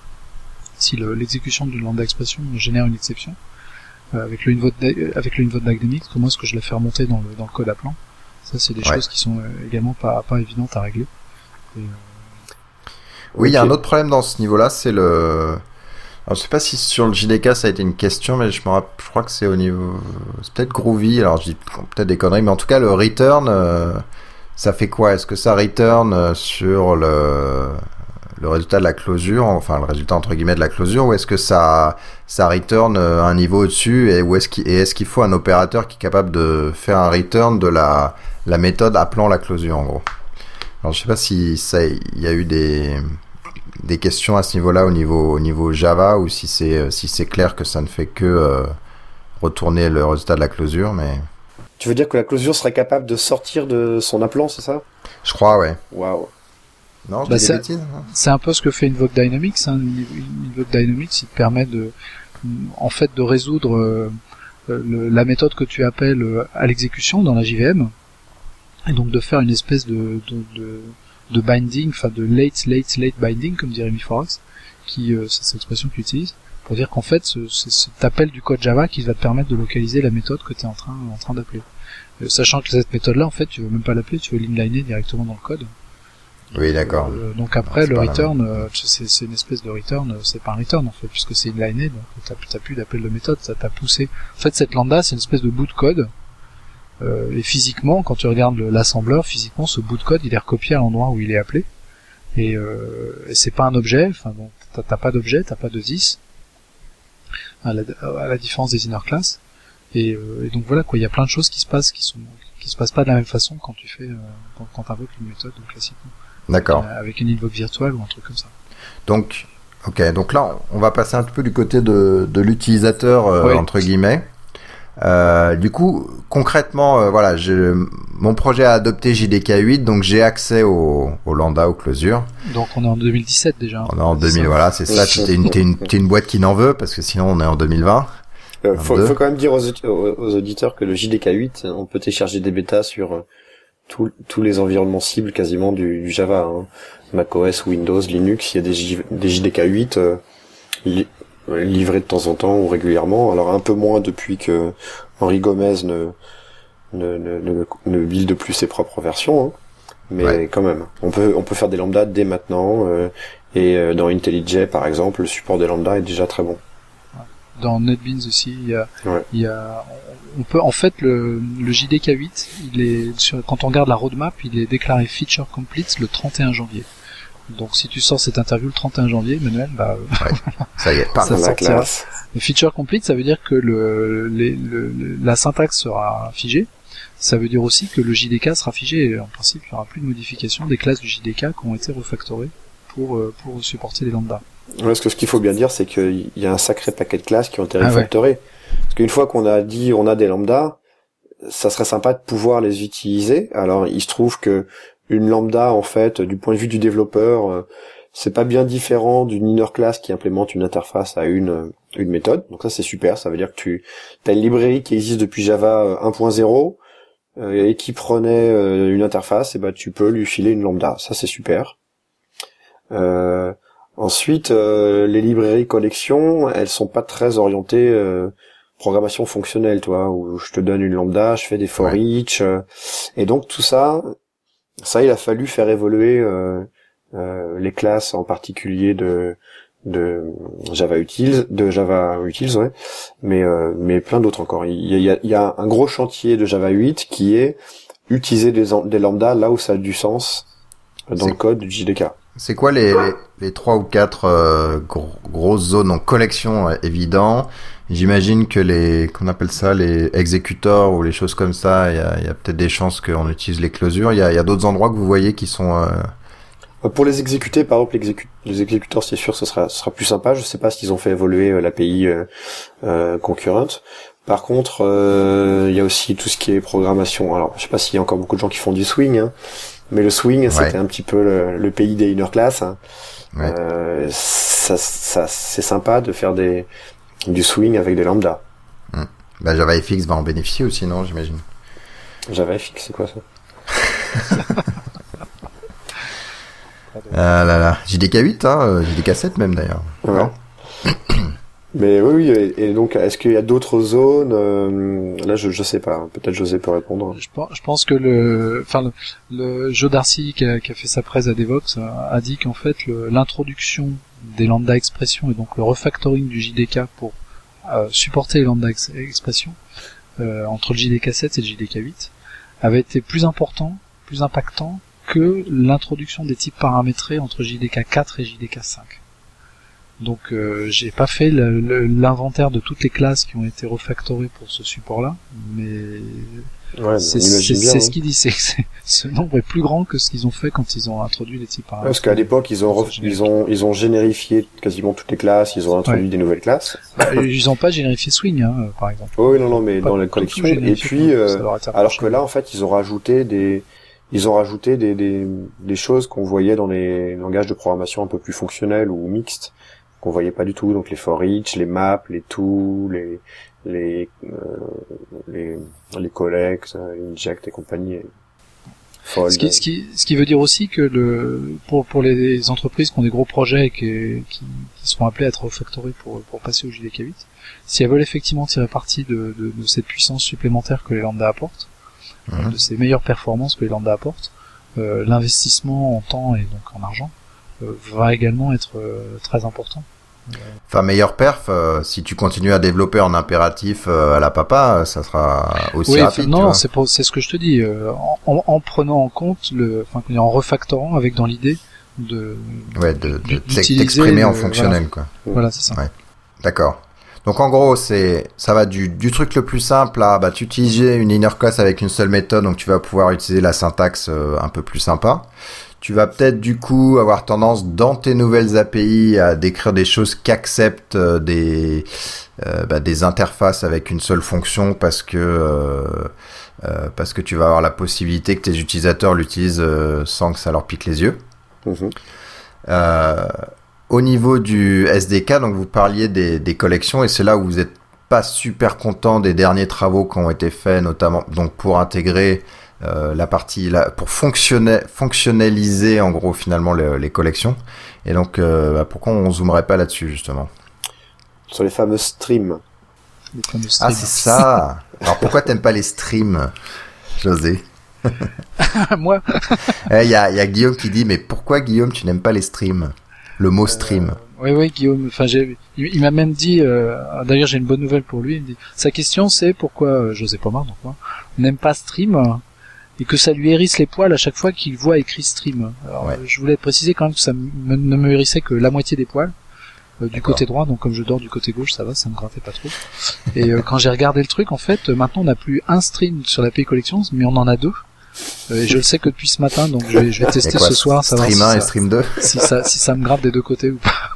Si le, l'exécution d'une lambda expression génère une exception, euh, avec le invoke avec le invoke dynamics, comment est-ce que je la fais remonter dans le dans le code à plan ? Ça, c'est des ouais. choses qui sont euh, également pas pas évidentes à régler. Et, euh... Oui, il okay. y a un autre problème dans ce niveau-là, c'est le. Alors, je sais pas si sur le J D K ça a été une question, mais je me rappelle, je crois que c'est au niveau, c'est peut-être Groovy. Alors, je dis peut-être des conneries, mais en tout cas, le return, euh, ça fait quoi ? Est-ce que ça return sur le le résultat de la closure, enfin le résultat entre guillemets de la closure, ou est-ce que ça ça return un niveau au-dessus, et où est-ce qu'il et est-ce qu'il faut un opérateur qui est capable de faire un return de la la méthode appelant la closure en gros. Alors je sais pas si ça il y a eu des des questions à ce niveau-là au niveau au niveau Java, ou si c'est si c'est clair que ça ne fait que euh, retourner le résultat de la closure, mais tu veux dire que la closure serait capable de sortir de son appelant, c'est ça ? Je crois, ouais. Waouh. Non, je bah dis des bêtises. C'est un peu ce que fait Invoke Dynamics. Hein. Invoke Dynamics, il te permet de, en fait, de résoudre euh, le, la méthode que tu appelles euh, à l'exécution dans la J V M, et donc de faire une espèce de de, de, de binding, enfin de late late late binding, comme dirait Miforax, qui euh, c'est cette expression qu'il utilise pour dire qu'en fait c'est cet appel du code Java qui va te permettre de localiser la méthode que tu es en train en train d'appeler. Euh, sachant que cette méthode-là, en fait, tu veux même pas l'appeler, tu veux l'inliner directement dans le code. Oui, d'accord. Euh, donc après, le return, euh, c'est, c'est une espèce de return, c'est pas un return en fait, puisque c'est inliné, donc t'as, t'as plus d'appel de méthode, ça t'a poussé. En fait, cette lambda, c'est une espèce de bout de code, euh, et physiquement, quand tu regardes le, l'assembleur, physiquement, ce bout de code, il est recopié à l'endroit où il est appelé, et, euh, et c'est pas un objet, enfin bon, t'as, t'as pas d'objet, t'as pas de this, à la, à la différence des inner classes. Et, euh, et donc voilà quoi, il y a plein de choses qui se passent qui sont qui se passent pas de la même façon quand tu fais euh, quand, quand t'invoques une méthode classique. D'accord. Euh, avec une invoque virtuelle ou un truc comme ça. Donc, ok, donc là on va passer un peu du côté de, de l'utilisateur euh, ouais. entre guillemets. Euh, du coup, concrètement, euh, voilà, j'ai, mon projet a adopté J D K huit, donc j'ai accès au, au lambda, aux closures. Donc on est en deux mille dix-sept déjà. On est en deux mille, ça. Voilà, c'est ça. T'es une, t'es une, t'es une boîte qui n'en veut parce que sinon on est en deux mille vingt. Euh, faut, faut quand même dire aux, aux auditeurs que le J D K huit, on peut télécharger des bêtas sur euh, tous tous les environnements cibles quasiment du, du Java, hein. macOS, Windows, Linux, il y a des, J, des J D K huit euh, li, livrés de temps en temps ou régulièrement. Alors un peu moins depuis que Henri Gomez ne ne ne, ne, ne build plus ses propres versions, hein. Mais ouais. Quand même, on peut on peut faire des lambdas dès maintenant euh, et euh, dans IntelliJ par exemple, le support des lambdas est déjà très bon. Dans NetBeans aussi, il y a, ouais. il y a, on peut, en fait, le, le J D K huit, il est, sur, quand on regarde la roadmap, il est déclaré feature complete le trente et un janvier. Donc, si tu sors cette interview le trente et un janvier, Manuel, bah, ouais. Ça y est, pas ça la sortira. Classe. Le feature complete, ça veut dire que le, les, le, la syntaxe sera figée. Ça veut dire aussi que le J D K sera figé. Et en principe, il n'y aura plus de modification des classes du J D K qui ont été refactorées pour, pour supporter les lambdas. Ouais, parce que ce qu'il faut bien dire, c'est qu'il y a un sacré paquet de classes qui ont été refactorées. Ah ouais. Parce qu'une fois qu'on a dit on a des lambdas, ça serait sympa de pouvoir les utiliser. Alors, il se trouve que une lambda, en fait, du point de vue du développeur, c'est pas bien différent d'une inner class qui implémente une interface à une une méthode. Donc ça, c'est super. Ça veut dire que tu as une librairie qui existe depuis Java un point zéro euh, et qui prenait euh, une interface, et ben tu peux lui filer une lambda. Ça, c'est super. Euh, Ensuite, euh, les librairies collections, elles sont pas très orientées euh, programmation fonctionnelle, toi, où je te donne une lambda, je fais des for each, euh, et donc tout ça, ça il a fallu faire évoluer euh, euh, les classes, en particulier de de Java Utils, de Java Utils, ouais, mais euh, mais plein d'autres encore. Il y a, il y a un gros chantier de Java huit qui est utiliser des, des lambdas là où ça a du sens dans C'est... le code du J D K. C'est quoi les, les, les trois ou quatre euh, gros, grosses zones en collection euh, évident. J'imagine que les, qu'on appelle ça, les exécuteurs ou les choses comme ça, il y a, y a peut-être des chances qu'on utilise les closures. Il y a, y a d'autres endroits que vous voyez qui sont... Euh... Pour les exécuter, par exemple, l'exécu- les exécuteurs, c'est sûr, ce sera, ce sera plus sympa. Je sais pas s'ils ont fait évoluer euh, l'A P I euh, euh, concurrente. Par contre, il euh, y a aussi tout ce qui est programmation. Alors, je sais pas s'il y a encore beaucoup de gens qui font du swing, hein. Mais le swing, ouais. C'était un petit peu le, le pays des inner class. Hein. Ouais. Euh, ça, ça, c'est sympa de faire des, du swing avec des lambdas. Hum. Bah, JavaFX va en bénéficier aussi, non, j'imagine. JavaFX, c'est quoi ça? Ah là là, J D K huit, hein, J D K sept même d'ailleurs. Ouais. Mais oui, oui, et, et donc est-ce qu'il y a d'autres zones euh, là je je sais pas, peut-être José peut répondre. Je pense, je pense que le enfin le, le Joe Darcy qui a, qui a fait sa presse à Devox a, a dit qu'en fait le, l'introduction des lambda expressions et donc le refactoring du J D K pour euh, supporter les lambda ex- expressions euh, entre le J D K sept et le J D K huit avait été plus important, plus impactant que l'introduction des types paramétrés entre J D K quatre et J D K cinq. Donc euh, j'ai pas fait le, le, l'inventaire de toutes les classes qui ont été refactorées pour ce support-là, mais ouais, c'est, c'est, bien, c'est hein. Ce qu'il dit, c'est que c'est, ce nombre est plus grand que ce qu'ils ont fait quand ils ont introduit les types paramétrés. Ouais, parce qu'à l'époque ils ont ref, ils ont ils ont générifié quasiment toutes les classes, ils ont introduit ouais. des nouvelles classes. Bah, ils ont pas générifié Swing, hein, par exemple. Oh, oui non non mais pas dans la collection. Et puis euh, alors que là en fait ils ont rajouté des ils ont rajouté des des des choses qu'on voyait dans les langages de programmation un peu plus fonctionnels ou mixtes, qu'on voyait pas du tout, donc les for each, les maps, les to, les les euh, les les collects, inject et compagnie. Et ce qui ce qui ce qui veut dire aussi que le pour pour les entreprises qui ont des gros projets et qui qui, qui seront appelés à être refactorés pour pour passer au J D K huit, si elles veulent effectivement tirer parti de de, de cette puissance supplémentaire que les lambda apportent, mmh. de ces meilleures performances que les lambda apportent, euh, l'investissement en temps et donc en argent va également être euh, très important. Enfin, meilleur perf, euh, si tu continues à développer en impératif euh, à la papa, ça sera aussi oui, rapide. Non, c'est, pour, c'est ce que je te dis. Euh, en, en prenant en compte, le, enfin, en refactorant avec dans l'idée de, ouais, de, de, de t'exprimer le, en fonctionnel, voilà. quoi. Voilà, c'est ça. Ouais. D'accord. Donc en gros, c'est ça va du, du truc le plus simple à bah, tu utilises une inner class avec une seule méthode, donc tu vas pouvoir utiliser la syntaxe euh, un peu plus sympa. Tu vas peut-être du coup avoir tendance dans tes nouvelles A P I à décrire des choses qu'acceptent euh, des euh, bah, des interfaces avec une seule fonction parce que euh, euh, parce que tu vas avoir la possibilité que tes utilisateurs l'utilisent euh, sans que ça leur pique les yeux. Mmh. Euh, Au niveau du S D K, donc vous parliez des, des collections et c'est là où vous n'êtes pas super content des derniers travaux qui ont été faits, notamment donc pour intégrer euh, la partie là, pour fonctionner, fonctionnaliser en gros finalement les, les collections. Et donc euh, bah, pourquoi on zoomerait pas là-dessus justement? Sur les fameux streams. Les fameux streams. Ah c'est ça. Alors pourquoi t'aimes pas les streams, José? Moi. Il y a, y a Guillaume qui dit mais pourquoi Guillaume tu n'aimes pas les streams? Le mot stream. Euh, oui, oui, Guillaume. Enfin, j'ai, il, il m'a même dit. Euh, d'ailleurs, j'ai une bonne nouvelle pour lui. Il me dit, sa question, c'est pourquoi euh, José Pomar, donc moi, n'aime pas stream euh, et que ça lui hérisse les poils à chaque fois qu'il voit écrit stream. Alors, ouais. euh, je voulais préciser quand même que ça me, ne me hérissait que la moitié des poils euh, du D'accord. côté droit. Donc, comme je dors du côté gauche, ça va, ça me grattait pas trop. Et euh, quand j'ai regardé le truc, en fait, euh, maintenant, on n'a plus un stream sur l'A P I Collections, mais on en a deux. Euh, et je le sais que depuis ce matin, donc je vais, je vais tester quoi, ce soir, savoir Stream si un ça, et Stream deux si ça, si ça me gratte des deux côtés ou pas.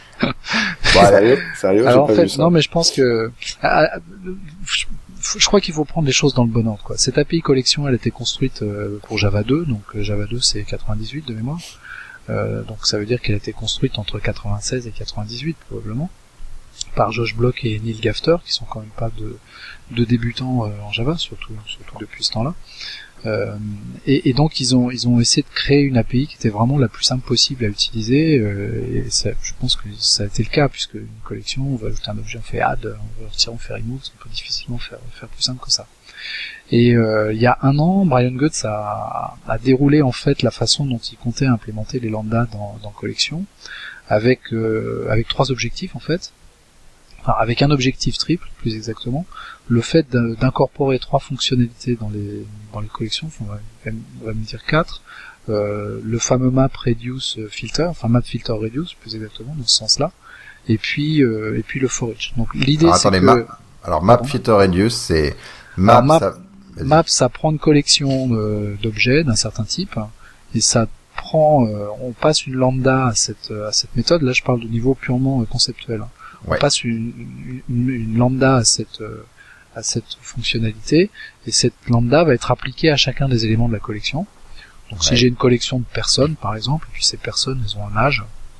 Bon, sérieux, sérieux, Alors j'ai en pas fait, vu ça. non, mais je pense que ah, je, je crois qu'il faut prendre les choses dans le bon ordre, quoi. Cette A P I collection, elle a été construite euh, pour Java deux, donc euh, Java deux c'est quatre-vingt-dix-huit de mémoire, euh, donc ça veut dire qu'elle a été construite entre quatre-vingt-seize et quatre-vingt-dix-huit probablement par Josh Block et Neil Gafter, qui sont quand même pas de, de débutants euh, en Java, surtout surtout depuis ce temps-là. Euh, et, et donc ils ont ils ont essayé de créer une A P I qui était vraiment la plus simple possible à utiliser, euh, et ça, je pense que ça a été le cas, puisque une collection, on va ajouter un objet, on fait add, on va retirer, on fait remove, on peut difficilement faire faire plus simple que ça. Et euh, il y a un an, Brian Goetz a, a déroulé en fait la façon dont il comptait implémenter les lambdas dans, dans collection, avec euh, avec trois objectifs en fait. Enfin, avec un objectif triple, plus exactement, le fait d'incorporer trois fonctionnalités dans les dans les collections, on va, on va me dire quatre, euh, le fameux map reduce filter, enfin map filter reduce plus exactement dans ce sens-là, et puis euh, et puis le for each. Donc l'idée c'est que map, alors map Pardon. filter reduce c'est map map, ça... map ça prend une collection euh, d'objets d'un certain type et ça prend euh, on passe une lambda à cette à cette méthode. Là je parle de niveau purement euh, conceptuel. Hein. Ouais. On passe une, une, une lambda à cette euh, à cette fonctionnalité, et cette lambda va être appliquée à chacun des éléments de la collection. Donc ouais. Si j'ai une collection de personnes par exemple, et puis ces personnes elles ont un âge,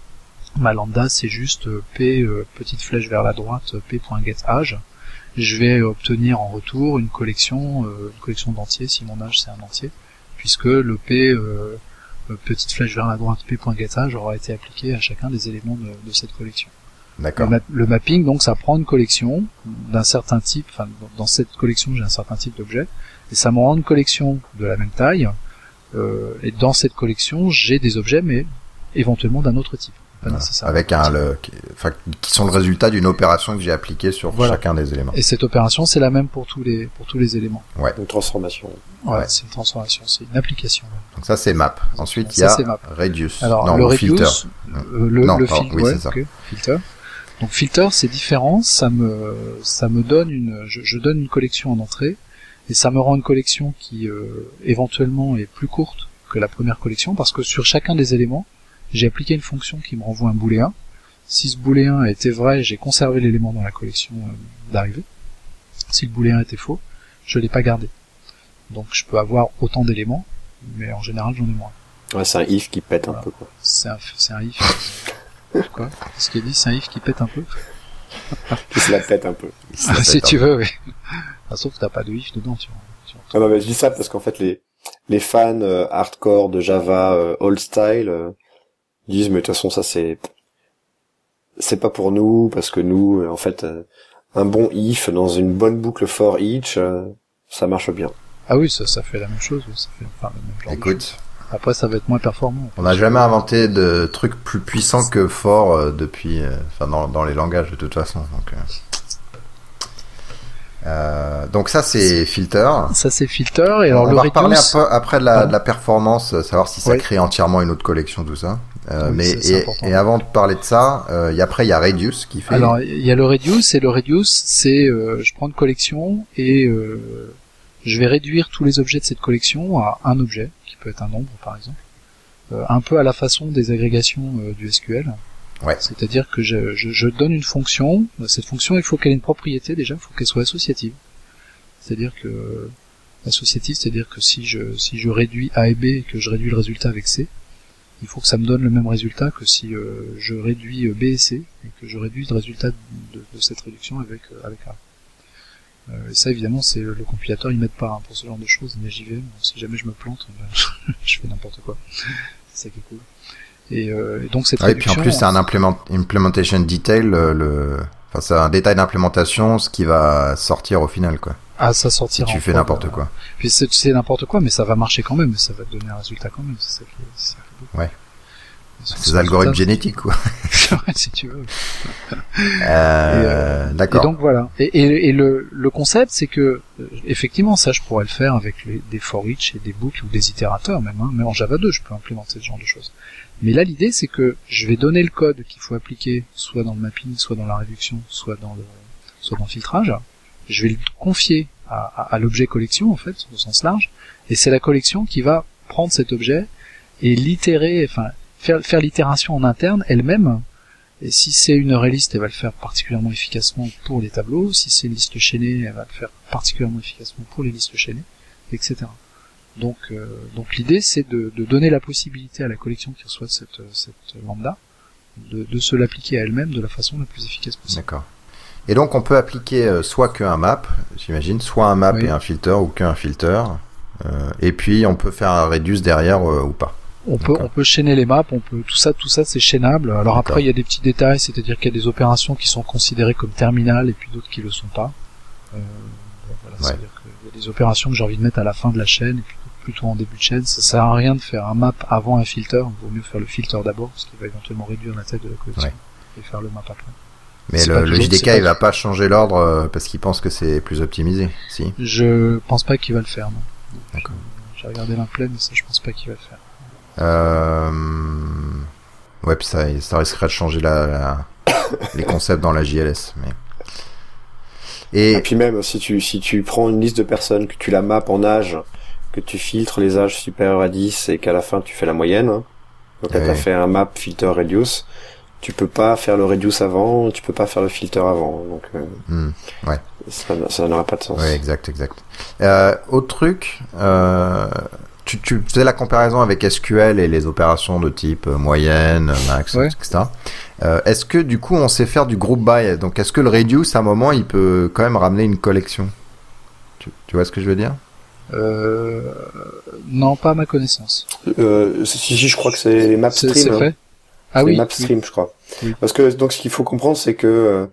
ma lambda c'est juste euh, p euh, petite flèche vers la droite p.getAge. Je vais obtenir en retour une collection euh, une collection d'entiers si mon âge c'est un entier, puisque le p euh, petite flèche vers la droite p.getAge aura été appliqué à chacun des éléments de, de cette collection. D'accord. Le, ma- le mapping, donc, ça prend une collection d'un certain type, enfin, dans cette collection, j'ai un certain type d'objet, et ça me rend une collection de la même taille, euh, et dans cette collection, j'ai des objets, mais éventuellement d'un autre type. Pas voilà. Avec un, le, qui, enfin, qui sont le résultat d'une opération que j'ai appliquée sur voilà. chacun des éléments. Et cette opération, c'est la même pour tous les, pour tous les éléments. Ouais. Une transformation. Ouais, ouais. C'est une transformation, c'est une application. Donc ça, c'est map. Ensuite, il y a reduce. Alors, non, le reduce, filter. Euh, le, non, le pardon, fil- oui, ouais, c'est ça. Okay, filter. Donc filter c'est différent, ça me ça me donne une je, je donne une collection en entrée et ça me rend une collection qui euh, éventuellement est plus courte que la première collection, parce que sur chacun des éléments, j'ai appliqué une fonction qui me renvoie un booléen. Si ce booléen était vrai, j'ai conservé l'élément dans la collection euh, d'arrivée. Si le booléen était faux, je l'ai pas gardé. Donc je peux avoir autant d'éléments, mais en général j'en ai moins. Ouais, c'est un if qui pète voilà. un peu quoi. C'est un c'est un if. Quoi? Ce qu'il dit, c'est un if qui pète un peu. Qui se la pète un peu. Ah, si tu veux, oui. Ah, sauf que t'as pas de if dedans, tu vois. Ah non, mais je dis ça parce qu'en fait, les, les fans euh, hardcore de Java euh, old style euh, disent, mais de toute façon, ça c'est, c'est pas pour nous, parce que nous, euh, en fait, euh, un bon if dans une bonne boucle for each, euh, ça marche bien. Ah oui, ça, ça fait la même chose, oui, ça fait enfin, le même genre Écoute. de chose. Après, ça va être moins performant. On n'a jamais inventé de trucs plus puissants que for euh, depuis, enfin euh, dans, dans les langages de toute façon. Donc, euh, euh, donc ça c'est filter. Ça c'est filter et alors on le va reduce... reparler un peu après de la, de la performance, savoir si ça oui. crée entièrement une autre collection, tout ça. Euh, oui, mais c'est, c'est et, et avant de parler de ça, euh, y a, après il y a reduce qui fait. Alors il y a le reduce et le reduce c'est euh, je prends une collection et euh, je vais réduire tous les objets de cette collection à un objet qui peut être un nombre par exemple, euh, un peu à la façon des agrégations euh, du S Q L. Ouais. C'est-à-dire que je, je, je donne une fonction. Cette fonction, il faut qu'elle ait une propriété déjà, il faut qu'elle soit associative. C'est-à-dire que associative, c'est-à-dire que si je si je réduis A et B et que je réduis le résultat avec C, il faut que ça me donne le même résultat que si euh, je réduis B et C et que je réduis le résultat de, de, de cette réduction avec euh, avec A. Euh, et ça évidemment c'est le compilateur il m'aide pas hein, pour ce genre de choses, mais j'y vais. Bon, si jamais je me plante, ben, je fais n'importe quoi. C'est ça qui est cool. Et, euh, et donc cette ouais, réduction. Et puis en plus c'est un implement, implementation detail, le, le... enfin c'est un détail d'implémentation, ce qui va sortir au final quoi. Ah ça sortira. Si tu fais prod, n'importe euh, quoi. Puis c'est, c'est n'importe quoi, mais ça va marcher quand même, ça va te donner un résultat quand même. C'est ça qui est, c'est ça qui est beau. Ouais. C'est des algorithmes génétiques quoi. Ouais, si tu veux. Euh, et, euh, d'accord. Et donc voilà. Et, et, et le, le concept, c'est que euh, effectivement, ça, je pourrais le faire avec les, des for each et des boucles ou des itérateurs même. Hein, mais en Java deux, je peux implémenter ce genre de choses. Mais là, l'idée, c'est que je vais donner le code qu'il faut appliquer, soit dans le mapping, soit dans la réduction, soit dans le, soit dans le filtrage. Je vais le confier à, à, à l'objet collection, en fait, au sens large. Et c'est la collection qui va prendre cet objet et l'itérer, enfin, faire, faire l'itération en interne elle-même. Et si c'est une array list, elle va le faire particulièrement efficacement pour les tableaux. Si c'est une liste chaînée, elle va le faire particulièrement efficacement pour les listes chaînées, et cetera. Donc, euh, donc l'idée, c'est de, de donner la possibilité à la collection qui reçoit cette, cette lambda de, de se l'appliquer à elle-même de la façon la plus efficace possible. D'accord. Et donc, on peut appliquer euh, soit qu'un map, j'imagine, soit un map oui. et un filter, ou qu'un filter. Euh, et puis, on peut faire un reduce derrière euh, ou pas. On peut, on peut chaîner les maps, on peut, tout ça, tout ça, c'est chaînable. Alors D'accord. Après, il y a des petits détails, c'est-à-dire qu'il y a des opérations qui sont considérées comme terminales et puis d'autres qui le sont pas. Euh, voilà, ouais. C'est-à-dire qu'il y a des opérations que j'ai envie de mettre à la fin de la chaîne et puis plutôt en début de chaîne. Ça sert à rien de faire un map avant un filter. Il vaut mieux faire le filter d'abord, parce qu'il va éventuellement réduire la taille de la collection ouais. et faire le map après. Mais c'est le, le J D K, il va pas changer l'ordre euh, parce qu'il pense que c'est plus optimisé, si? Je pense pas qu'il va le faire, non. D'accord. J'ai regardé l'implé, mais ça, je pense pas qu'il va le faire. Euh... Ouais, puis ça, ça risquerait de changer la, la... les concepts dans la J L S, mais... Et... Et puis même, si tu, si tu prends une liste de personnes, que tu la mappes en âge, que tu filtres les âges supérieurs à dix et qu'à la fin tu fais la moyenne, hein, donc là ouais. t'as fait un map, filter, reduce, tu peux pas faire le reduce avant, tu peux pas faire le filter avant, donc euh, mmh, ouais. ça, ça n'aura pas de sens. Ouais, exact, exact. Euh, autre truc, euh, tu, tu faisais la comparaison avec S Q L et les opérations de type moyenne, max, ouais. et cetera. Euh, est-ce que du coup on sait faire du group by? Donc est-ce que le reduce à un moment il peut quand même ramener une collection? Tu, tu vois ce que je veux dire? Euh, non, pas à ma connaissance. Euh, si, si, je crois que c'est les MapStream. C'est, c'est fait. Hein. Ah c'est oui. MapStream, oui. je crois. Oui. Parce que donc ce qu'il faut comprendre, c'est que euh,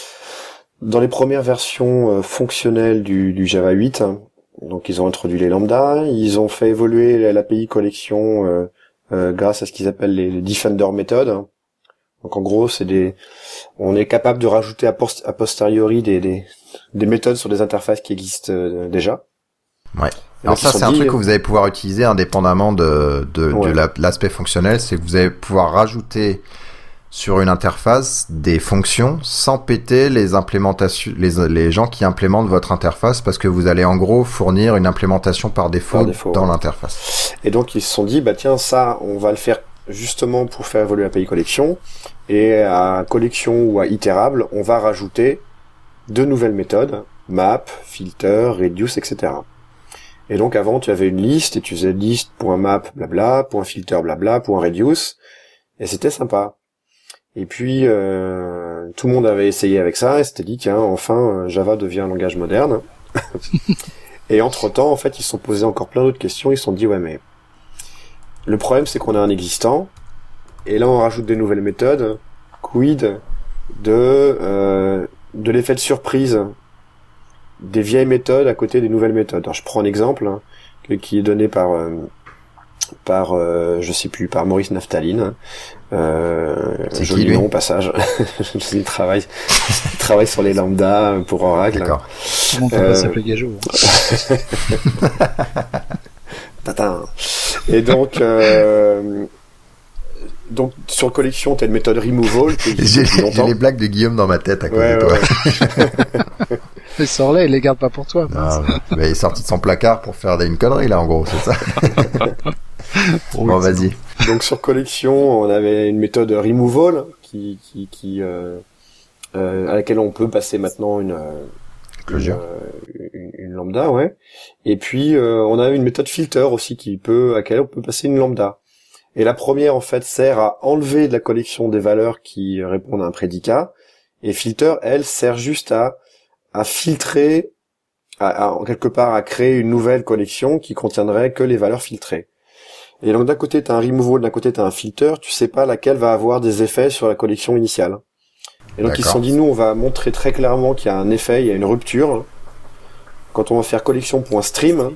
dans les premières versions euh, fonctionnelles du, du Java huit, hein, donc ils ont introduit les lambdas, ils ont fait évoluer l'A P I collection euh, euh, grâce à ce qu'ils appellent les, les Defender méthodes. Donc en gros, c'est des, on est capable de rajouter a, post, a posteriori des, des des méthodes sur des interfaces qui existent euh, déjà. Ouais. Alors ça, c'est un dit... truc que vous allez pouvoir utiliser indépendamment de, de, ouais. de la, l'aspect fonctionnel, c'est que vous allez pouvoir rajouter sur une interface des fonctions sans péter les implémentations, les, les gens qui implémentent votre interface, parce que vous allez en gros fournir une implémentation par défaut, par défaut dans ouais. l'interface. Et donc ils se sont dit, bah tiens, ça, on va le faire justement pour faire évoluer l'A P I collection, et à collection ou à itérable, on va rajouter de nouvelles méthodes, map, filter, reduce, et cetera. Et donc avant, tu avais une liste, et tu faisais list.map, blabla, .filter, blabla, .reduce, et c'était sympa. Et puis, euh, tout le monde avait essayé avec ça, et s'était dit, tiens, enfin, Java devient un langage moderne. Et entre-temps, en fait, ils se sont posés encore plein d'autres questions, ils se sont dit, ouais, mais le problème, c'est qu'on a un existant, et là, on rajoute des nouvelles méthodes, quid de, euh, de l'effet de surprise des vieilles méthodes à côté des nouvelles méthodes. Alors, je prends un exemple hein, qui est donné par euh, par euh, je sais plus par Maurice Naftaline. Euh, c'est joli qui, lui nom au passage. il travaille il travaille sur les lambda pour Oracle. D'accord. Comment on peut Euh, pas s'appeler Gajo Tatin. Et donc euh, donc sur collection t'as une méthode removal qui existe J'ai, depuis j'ai longtemps. les blagues de Guillaume dans ma tête à cause Ouais, de toi. ouais, ouais. Mais sors-les, il les garde pas pour toi. Non, mais, mais il est sorti de son placard pour faire une connerie là en gros, c'est ça. Bon, vas-y. Donc sur collection, on avait une méthode removal qui qui qui euh, euh, à laquelle on peut passer maintenant une euh, Closure. Une, une, une lambda, ouais. Et puis euh, on a une méthode filter aussi qui peut à laquelle on peut passer une lambda. Et la première en fait sert à enlever de la collection des valeurs qui répondent à un prédicat, et filter elle sert juste à à filtrer, à, à, en quelque part à créer une nouvelle collection qui contiendrait que les valeurs filtrées. Et donc d'un côté t'as un removal, d'un côté t'as un filter, tu sais pas laquelle va avoir des effets sur la collection initiale. Et donc D'accord. ils se sont dit nous on va montrer très clairement qu'il y a un effet, il y a une rupture. Quand on va faire collection.stream,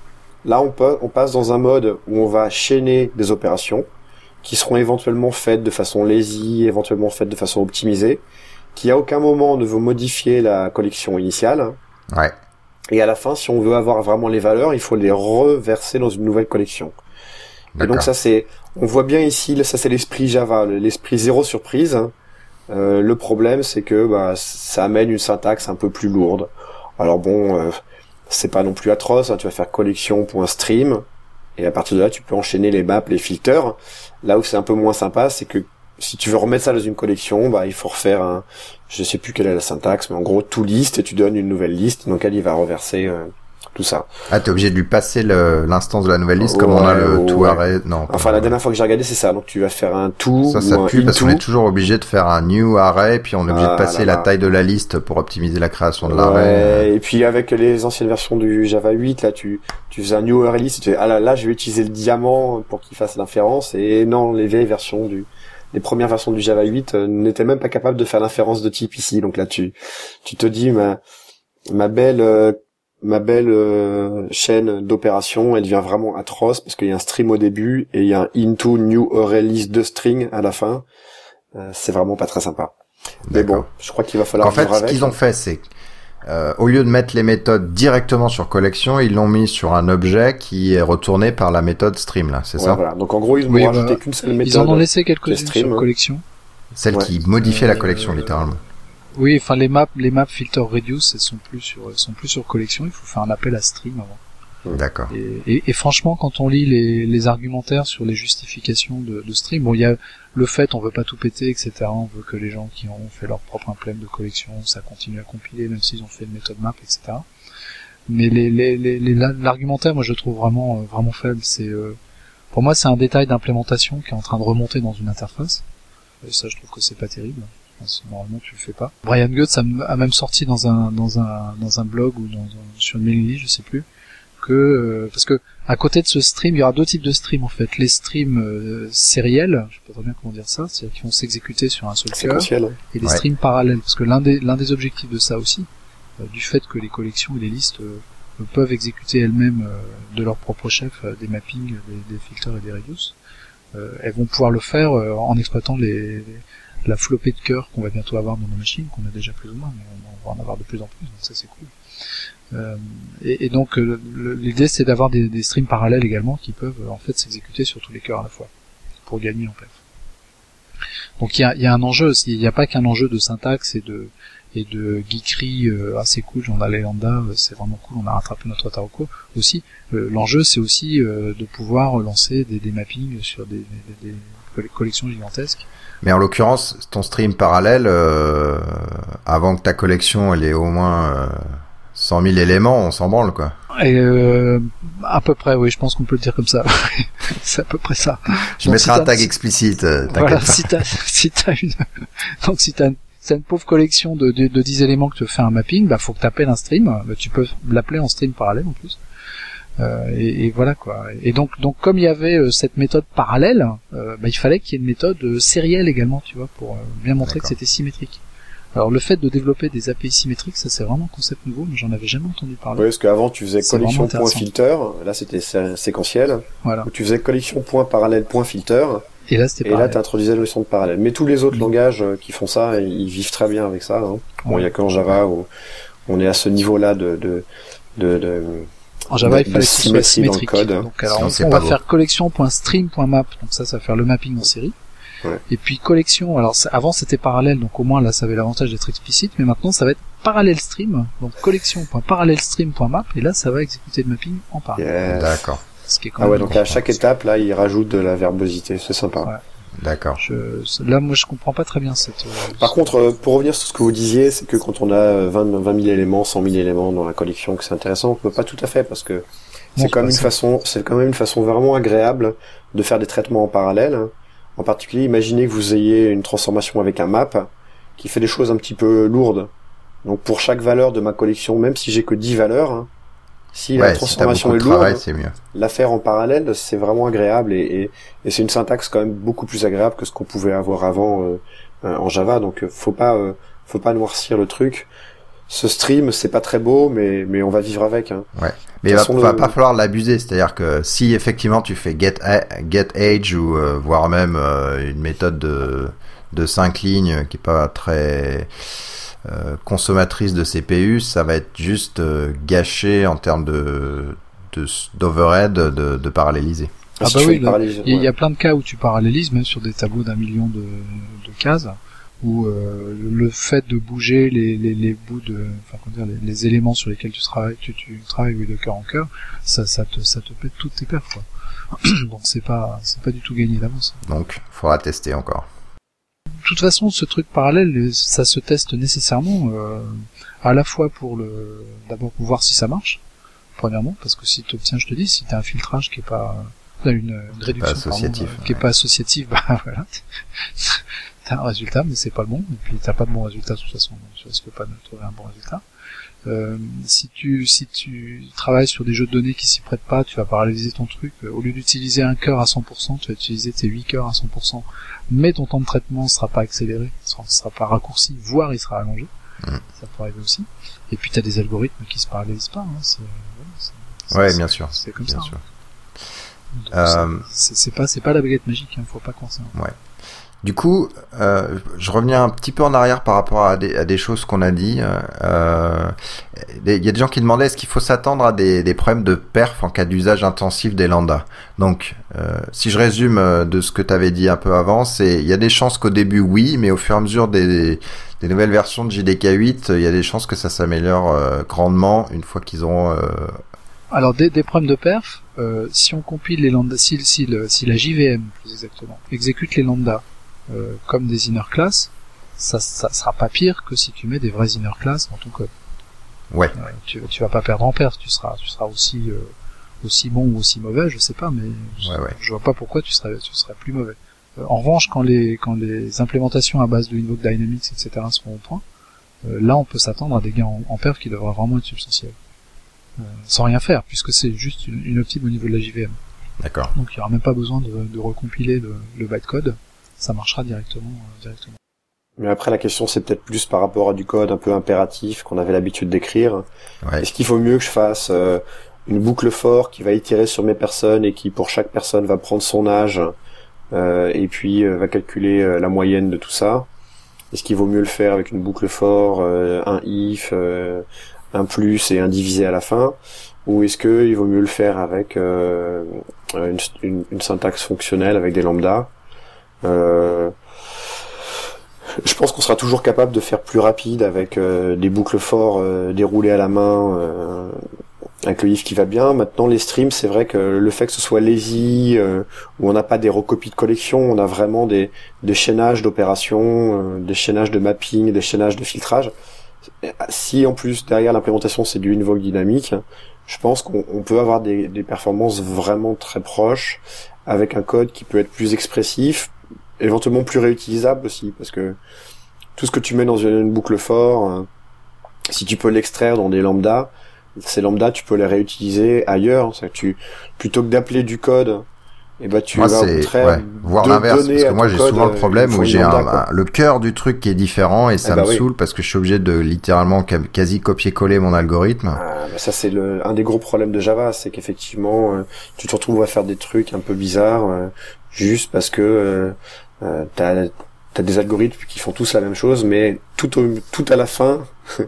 là on peut, on passe dans un mode où on va chaîner des opérations qui seront éventuellement faites de façon lazy, éventuellement faites de façon optimisée, qui à aucun moment ne veut modifier la collection initiale. Ouais. Et à la fin, si on veut avoir vraiment les valeurs, il faut les reverser dans une nouvelle collection. D'accord. Et donc ça c'est, on voit bien ici, ça c'est l'esprit Java, l'esprit zéro surprise. Euh, le problème c'est que bah, ça amène une syntaxe un peu plus lourde. Alors bon, euh, c'est pas non plus atroce, hein, tu vas faire collection.stream, et à partir de là tu peux enchaîner les maps, les filters. Là où c'est un peu moins sympa, c'est que si tu veux remettre ça dans une collection, bah il faut refaire un, je sais plus quelle est la syntaxe, mais en gros tout liste et tu donnes une nouvelle liste dans laquelle il va reverser euh, tout ça. Ah, t'es obligé de lui passer le, l'instance de la nouvelle liste, comme Ouais, on a le to ouais. array. Non. Enfin la dernière fois que j'ai regardé c'est ça, donc tu vas faire un to Ça, ou ça un pue parce into. qu'on est toujours obligé de faire un new array, puis on est obligé Ah, de passer là, la là. taille de la liste pour optimiser la création de l'array. Ouais, et puis avec les anciennes versions du Java huit, là, tu, tu faisais un new array list, et tu fais, ah là, là, je vais utiliser le diamant pour qu'il fasse l'inférence, et non, les vieilles versions du, les premières versions du Java huit euh, n'étaient même pas capables de faire l'inférence de type ici, donc là, tu, tu te dis, ma, ma belle, euh, ma belle euh, chaîne d'opérations, elle devient vraiment atroce, parce qu'il y a un stream au début, et il y a un into new array list de string à la fin, euh, c'est vraiment pas très sympa. Mais D'accord. bon, je crois qu'il va falloir En fait, vivre ce avec. qu'ils ont fait, c'est euh, au lieu de mettre les méthodes directement sur collection, ils l'ont mis sur un objet qui est retourné par la méthode stream, là, c'est Ouais, ça? voilà. Donc en gros, ils n'ont Oui, rajouté bah, qu'une seule méthode. Ils en ont laissé quelques-unes stream, sur hein. collection. Celle Ouais. qui modifiait la Euh, collection, littéralement. Oui, enfin les maps, les maps filter reduce, elles sont plus sur, elles sont plus sur collection. Il faut faire un appel à stream avant. D'accord. Et, et, et franchement, quand on lit les, les argumentaires sur les justifications de, de stream, bon, il y a le fait, on veut pas tout péter, et cetera. On veut que les gens qui ont fait leur propre implément de collection, ça continue à compiler, même s'ils ont fait une méthode map, et cetera. Mais les, les, les, les- l'argumentaire, moi, je le trouve vraiment, euh, vraiment faible. C'est, euh, pour moi, c'est un détail d'implémentation qui est en train de remonter dans une interface. Et ça, je trouve que c'est pas terrible. Enfin, normalement, tu le fais pas. Brian Goetz a, a même sorti dans un, dans un, dans un blog ou dans, dans sur une mailing list, je sais plus, que euh, parce que à côté de ce stream, il y aura deux types de streams en fait. Les streams euh, sériels, je sais pas très bien comment dire ça, c'est-à-dire qui vont s'exécuter sur un seul cœur, séquentiel. hein. et les Ouais. streams parallèles, parce que l'un des l'un des objectifs de ça aussi, euh, du fait que les collections et les listes euh, peuvent exécuter elles-mêmes euh, de leur propre chef euh, des mappings, des, des filters et des reduce, euh, elles vont pouvoir le faire euh, en exploitant les, les la flopée de cœurs qu'on va bientôt avoir dans nos machines, qu'on a déjà plus ou moins, mais on va en avoir de plus en plus, donc ça c'est cool. Euh, et, et donc euh, le- l'idée c'est d'avoir des, des streams parallèles également qui peuvent euh, en fait s'exécuter sur tous les cœurs à la fois pour gagner en perf. Donc il y a, il y a un enjeu, il n'y a pas qu'un enjeu de syntaxe et de et de geekery, euh, ah c'est cool, on a les lambda, euh, c'est vraiment cool, on a rattrapé notre retard au cours. Aussi, euh, l'enjeu c'est aussi euh, de pouvoir lancer des, des mappings sur des, des, des, des collections gigantesques. Mais en l'occurrence, ton stream parallèle, euh, avant que ta collection elle ait au moins euh, cent mille éléments, on s'en branle, quoi. Et euh, à peu près, oui, je pense qu'on peut le dire comme ça. C'est à peu près ça. Je Donc, mettrai si un t'as- tag explicite, euh, t'inquiète Voilà, pas. si t'as, si t'as une, donc si t'as une, si t'as une pauvre collection de, de, de dix éléments que tu fais un mapping, bah faut que t'appelles un stream, bah, tu peux l'appeler en stream parallèle en plus. Euh, et, et voilà quoi. Et donc, donc comme il y avait euh, cette méthode parallèle, euh, bah, il fallait qu'il y ait une méthode euh, sérielle également, tu vois, pour euh, bien montrer D'accord. que c'était symétrique. Alors le fait de développer des A P I symétriques, ça c'est vraiment un concept nouveau, mais j'en avais jamais entendu parler. Oui, parce qu'avant tu faisais collection.filter, là c'était sé- séquentiel, voilà. Où tu faisais collection.parallèle.filter, et là c'était et là tu introduisais la notion de parallèle. Mais tous les autres mmh. langages qui font ça, ils vivent très bien avec ça. Hein. Bon, il ouais. y a qu'en Java où on est à ce niveau-là de... de, de, de en Java, de, il fallait que ce soit symétrique. Code. Donc, alors, on, on va beau. faire collection.stream.map, donc ça, ça va faire le mapping en série. Ouais. Et puis collection, alors avant c'était parallèle, donc au moins là ça avait l'avantage d'être explicite, mais maintenant ça va être parallèle stream, donc collection.parallèlestream.map, et là ça va exécuter le mapping en parallèle. Yes. D'accord. Ce qui est quand ah même ouais, donc à chaque étape là il rajoute de la verbosité, c'est sympa. Ouais. D'accord. Je, là moi je comprends pas très bien cette... Euh, Par contre, euh, pour revenir sur ce que vous disiez, c'est que quand on a vingt mille éléments, cent mille éléments dans la collection, que c'est intéressant, on peut pas tout à fait, parce que c'est quand même une façon, c'est quand même une façon vraiment agréable de faire des traitements en parallèle. En particulier, imaginez que vous ayez une transformation avec un map qui fait des choses un petit peu lourdes. Donc pour chaque valeur de ma collection, même si j'ai que dix valeurs, hein, si ouais, la transformation si est lourde, travail, c'est mieux. La faire en parallèle, c'est vraiment agréable et, et, et c'est une syntaxe quand même beaucoup plus agréable que ce qu'on pouvait avoir avant euh, euh, en Java. Donc faut pas, euh, faut pas noircir le truc. Ce stream, c'est pas très beau, mais mais on va vivre avec. Hein. Ouais. Mais il va, va le... pas falloir l'abuser, c'est-à-dire que si effectivement tu fais get get age ou euh, voire même euh, une méthode de de cinq lignes qui est pas très euh, consommatrice de C P U, ça va être juste euh, gâché en termes de de d'overhead de, de paralléliser. Ah bah oui, il ouais. y a plein de cas où tu parallélises même sur des tableaux d'un million de de cases. Où euh, le fait de bouger les, les, les bouts de, enfin comment dire, les, les éléments sur lesquels tu travailles, tu, tu travailles oui, de cœur en cœur, ça, ça te, ça te pète toutes tes perfs, quoi. Donc c'est pas, c'est pas du tout gagné d'avance. Donc, faudra tester encore. De toute façon, ce truc parallèle, ça se teste nécessairement, euh, à la fois pour le, d'abord pour voir si ça marche, premièrement, parce que si tu obtiens, je te dis, si t'as un filtrage qui est pas, une, une réduction, pas associatif, pardon, qui est pas associative, bah voilà. T'as un résultat, mais c'est pas le bon, et puis t'as pas de bon résultat de toute façon, donc tu risques pas de trouver un bon résultat. Euh, si tu si tu travailles sur des jeux de données qui s'y prêtent pas, tu vas paralléliser ton truc. Au lieu d'utiliser un cœur à cent pour cent, tu vas utiliser tes huit cœurs à cent pour cent, mais ton temps de traitement sera pas accéléré, sera, sera pas raccourci, voire il sera allongé. Mmh. Ça peut arriver aussi. Et puis t'as des algorithmes qui se parallélisent pas. Hein, c'est, c'est, c'est, ouais, c'est, bien sûr. C'est comme bien ça. Sûr. Hein. Donc, euh... c'est, c'est pas c'est pas la baguette magique. Hein, faut pas penser. Hein. Ouais. Du coup, euh, je reviens un petit peu en arrière par rapport à des, à des choses qu'on a dit. Euh, il y a des gens qui demandaient est-ce qu'il faut s'attendre à des, des problèmes de perf en cas d'usage intensif des lambdas. Donc, euh, si je résume de ce que tu avais dit un peu avant, c'est il y a des chances qu'au début oui, mais au fur et à mesure des, des nouvelles versions de J D K huit, il y a des chances que ça s'améliore euh, grandement une fois qu'ils auront. Euh... Alors des, des problèmes de perf, euh, si on compile les lambdas, si, si, le, si la J V M plus exactement exécute les lambdas Euh, comme des inner classes, ça, ça sera pas pire que si tu mets des vrais inner classes dans ton code. Ouais. Euh, tu, tu vas pas perdre en perf, tu seras, tu seras aussi, euh, aussi bon ou aussi mauvais, je sais pas, mais ouais, ouais. je vois pas pourquoi tu serais, tu serais plus mauvais. Euh, en revanche, quand les, quand les implémentations à base de Invoke Dynamics, et cetera seront au point, euh, là on peut s'attendre à des gains en, en perf qui devraient vraiment être substantiels. Euh, sans rien faire, puisque c'est juste une, une optime au niveau de la J V M. D'accord. Donc il y aura même pas besoin de, de recompiler le, le bytecode. Ça marchera directement, euh, directement. Mais après, la question, c'est peut-être plus par rapport à du code un peu impératif qu'on avait l'habitude d'écrire. Ouais. Est-ce qu'il faut mieux que je fasse euh, une boucle for qui va itérer sur mes personnes et qui, pour chaque personne, va prendre son âge euh, et puis euh, va calculer euh, la moyenne de tout ça? Est-ce qu'il vaut mieux le faire avec une boucle for, euh, un if, euh, un plus et un divisé à la fin? Ou est-ce que il vaut mieux le faire avec euh, une, une, une syntaxe fonctionnelle avec des lambdas? Euh, je pense qu'on sera toujours capable de faire plus rapide avec euh, des boucles for euh, déroulées à la main euh, avec le if qui va bien. Maintenant les streams, c'est vrai que le fait que ce soit lazy euh, où on n'a pas des recopies de collection, on a vraiment des, des chaînages d'opérations, euh, des chaînages de mapping, des chaînages de filtrage. Si en plus derrière l'implémentation c'est du invoke dynamique, je pense qu'on on peut avoir des, des performances vraiment très proches avec un code qui peut être plus expressif, éventuellement plus réutilisable aussi, parce que tout ce que tu mets dans une, une boucle for, euh, si tu peux l'extraire dans des lambdas, ces lambdas tu peux les réutiliser ailleurs. C'est-à-dire que tu, plutôt que d'appeler du code et bah tu moi, vas c'est, très ouais, voir l'inverse, parce que moi j'ai souvent le problème où j'ai un, un, le cœur du truc qui est différent et ça eh bah me oui. saoule parce que je suis obligé de littéralement quasi copier-coller mon algorithme. Ah, bah ça c'est le un des gros problèmes de Java, c'est qu'effectivement euh, tu te retrouves à faire des trucs un peu bizarres euh, juste parce que euh, euh, t'as t'as des algorithmes qui font tous la même chose, mais tout au, tout à la fin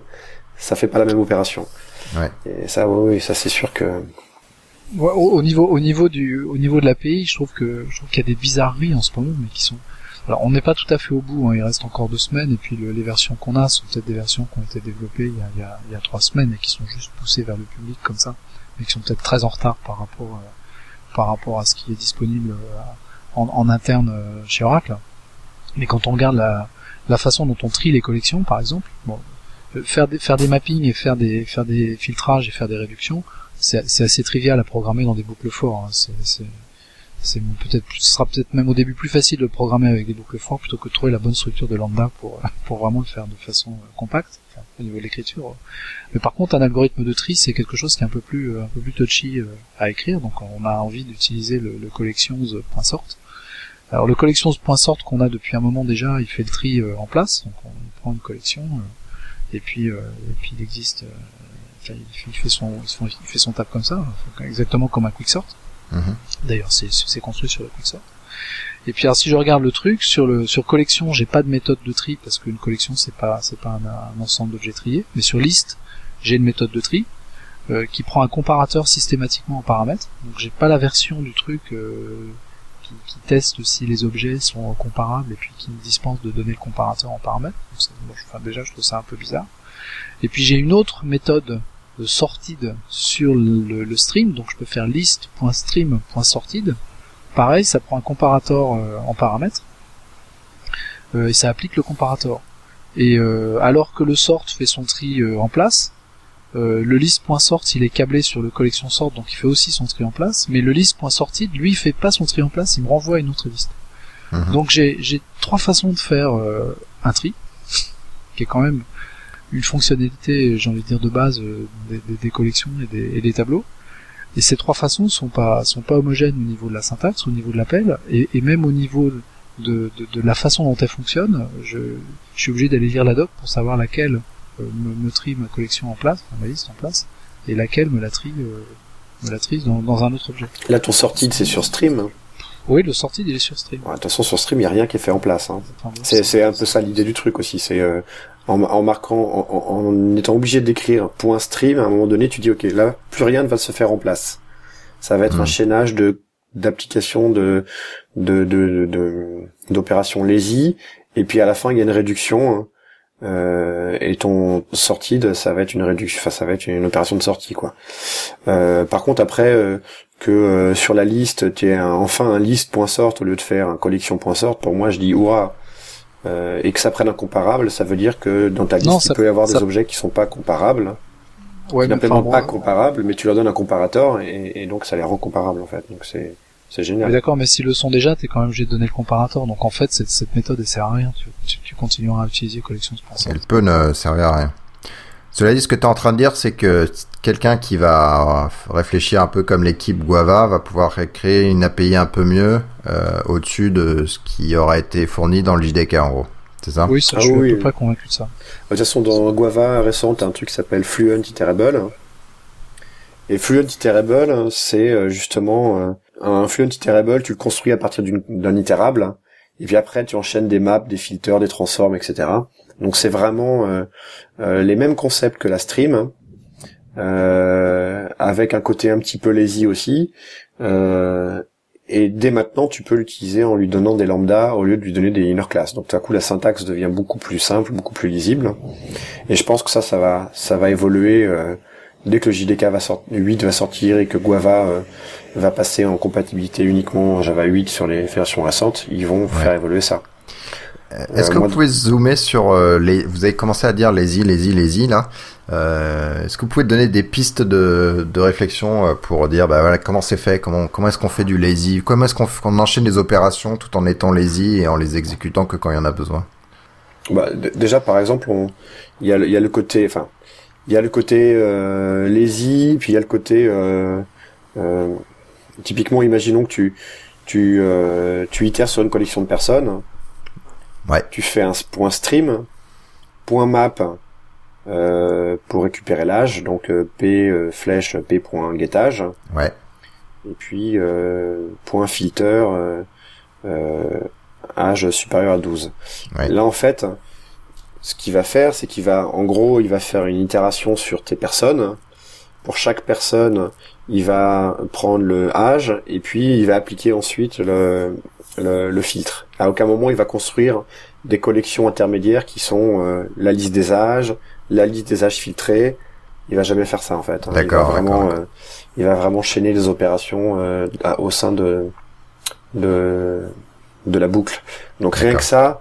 ça fait pas la même opération. Ouais. Et ça oui, oui ça c'est sûr que Ouais, au, au niveau au niveau du au niveau de l'A P I, je trouve que je trouve qu'il y a des bizarreries en ce moment, mais qui sont. Alors on n'est pas tout à fait au bout, hein, il reste encore deux semaines et puis le, les versions qu'on a sont peut-être des versions qui ont été développées il y a il y a, il y a trois semaines et qui sont juste poussées vers le public comme ça, mais qui sont peut-être très en retard par rapport euh, par rapport à ce qui est disponible euh, en, en interne euh, chez Oracle. Mais quand on regarde la la façon dont on trie les collections, par exemple, bon, euh, faire des faire des mappings et faire des faire des filtrages et faire des réductions. C'est, c'est assez trivial à programmer dans des boucles for. Hein. C'est, c'est, c'est peut-être, ce sera peut-être même au début plus facile de le programmer avec des boucles for plutôt que de trouver la bonne structure de lambda pour pour vraiment le faire de façon compacte, enfin, au niveau de l'écriture. Mais par contre, un algorithme de tri, c'est quelque chose qui est un peu plus un peu plus touchy à écrire. Donc, on a envie d'utiliser le, le collections.sort. Alors, le collections.sort qu'on a depuis un moment déjà, il fait le tri en place. Donc, on prend une collection et puis et puis il existe. Enfin, il fait son, il fait son tab comme ça, exactement comme un quicksort. Mm-hmm. D'ailleurs, c'est, c'est construit sur le quicksort. Et puis, alors, si je regarde le truc sur le sur collection, j'ai pas de méthode de tri parce qu'une collection c'est pas c'est pas un, un ensemble d'objets triés. Mais sur liste, j'ai une méthode de tri euh, qui prend un comparateur systématiquement en paramètres. Donc, j'ai pas la version du truc euh, qui, qui teste si les objets sont comparables et puis qui me dispense de donner le comparateur en paramètres. Donc, ça, bon, enfin, déjà, je trouve ça un peu bizarre. Et puis, j'ai une autre méthode de sorted sur le, le stream, donc je peux faire list.stream.sorted. Pareil, ça prend un comparateur euh, en paramètres euh, et ça applique le comparateur. Et euh, alors que le sort fait son tri euh, en place, euh, le list.sort il est câblé sur le collection sort, donc il fait aussi son tri en place, mais le list.sorted lui il fait pas son tri en place, il me renvoie à une autre liste. Mmh. Donc j'ai j'ai trois façons de faire euh, un tri, qui est quand même une fonctionnalité, j'ai envie de dire, de base euh, des, des, des collections et des, et des tableaux. Et ces trois façons sont pas sont pas homogènes au niveau de la syntaxe, au niveau de l'appel, et, et même au niveau de, de, de la façon dont elles fonctionnent. Je, je suis obligé d'aller lire la doc pour savoir laquelle euh, me, me trie ma collection en place, ma liste en place, et laquelle me la trie, euh, me la trie dans, dans un autre objet. Là, ton sorted, c'est sur stream. Oui, le sorted, il est sur stream. De toute façon, sur stream, il y a rien qui est fait en place. Hein. Enfin, bon, c'est, c'est, c'est un peu ça l'idée du truc aussi. C'est euh, en, en marquant, en, en, en étant obligé d'écrire point stream, à un moment donné, tu dis ok, là, plus rien ne va se faire en place. Ça va être mmh. un chaînage de d'applications de de, de de de d'opérations lazy, et puis à la fin, il y a une réduction. Hein. Euh, et ton sorted, ça va être une réduction, enfin ça va être une opération de sortie quoi. Euh, par contre après euh, que euh, sur la liste tu aies un, enfin un list.sort au lieu de faire un collection.sort, pour moi je dis hurrah. Euh, et que ça prenne un comparable, ça veut dire que dans ta liste non, ça, il peut y avoir ça... des objets qui sont pas comparables, ouais, qui n'implémentent pas comparables, mais tu leur donnes un comparateur et, et donc ça les rend comparables en fait. Donc c'est c'est génial. Mais d'accord, mais s'ils le sont déjà, t'es quand même obligé de donner le comparateur. Donc en fait, cette, cette méthode, elle sert à rien. Tu, tu, tu continueras à utiliser collection.sort. Elle peut ne servir à rien. Cela dit, ce que tu es en train de dire, c'est que quelqu'un qui va réfléchir un peu comme l'équipe Guava va pouvoir créer une A P I un peu mieux euh, au-dessus de ce qui aura été fourni dans le J D K en gros. C'est ça ? Oui, ça, ah, je suis oui. à peu près convaincu de ça. De toute façon, dans Guava récente, t'as un truc qui s'appelle Fluent Iterable. Et Fluent Iterable, c'est justement un Fluent Iterable, tu le construis à partir d'une, d'un itérable, et puis après tu enchaînes des maps, des filters, des transforms, et cetera. Donc c'est vraiment euh, euh, les mêmes concepts que la stream, euh, avec un côté un petit peu lazy aussi. Euh, et dès maintenant, tu peux l'utiliser en lui donnant des lambdas au lieu de lui donner des inner class. Donc tout à coup, la syntaxe devient beaucoup plus simple, beaucoup plus lisible. Et je pense que ça, ça va, ça va évoluer. Euh, Dès que le J D K va sortir, huit va sortir et que Guava euh, va passer en compatibilité uniquement en Java huit sur les versions récentes, ils vont ouais. faire évoluer ça. Est-ce euh, que vous pouvez zoomer sur euh, les... Vous avez commencé à dire lazy, lazy, lazy là. Euh, est-ce que vous pouvez donner des pistes de, de réflexion pour dire bah voilà comment c'est fait, comment comment est-ce qu'on fait du lazy, comment est-ce qu'on, qu'on enchaîne les opérations tout en étant lazy et en les exécutant que quand il y en a besoin. Bah d- déjà par exemple on il y a il y a le côté enfin il y a le côté euh, lazy, puis il y a le côté euh, euh, typiquement imaginons que tu tu euh, tu itères sur une collection de personnes. Ouais. Tu fais un point stream, point map euh, pour récupérer l'âge, donc euh, p euh, flèche p point getAge. Ouais. Et puis euh, point filter euh, euh, âge supérieur à douze. Ouais. Là en fait, ce qu'il va faire, c'est qu'il va, en gros, il va faire une itération sur tes personnes. Pour chaque personne, il va prendre le âge et puis il va appliquer ensuite le, le, le filtre. À aucun moment, il va construire des collections intermédiaires qui sont euh, la liste des âges, la liste des âges filtrés. Il va jamais faire ça en fait. Hein. D'accord. Il va vraiment, d'accord. euh, il va vraiment chaîner les opérations euh, à, au sein de, de de la boucle. Donc rien D'accord. que ça.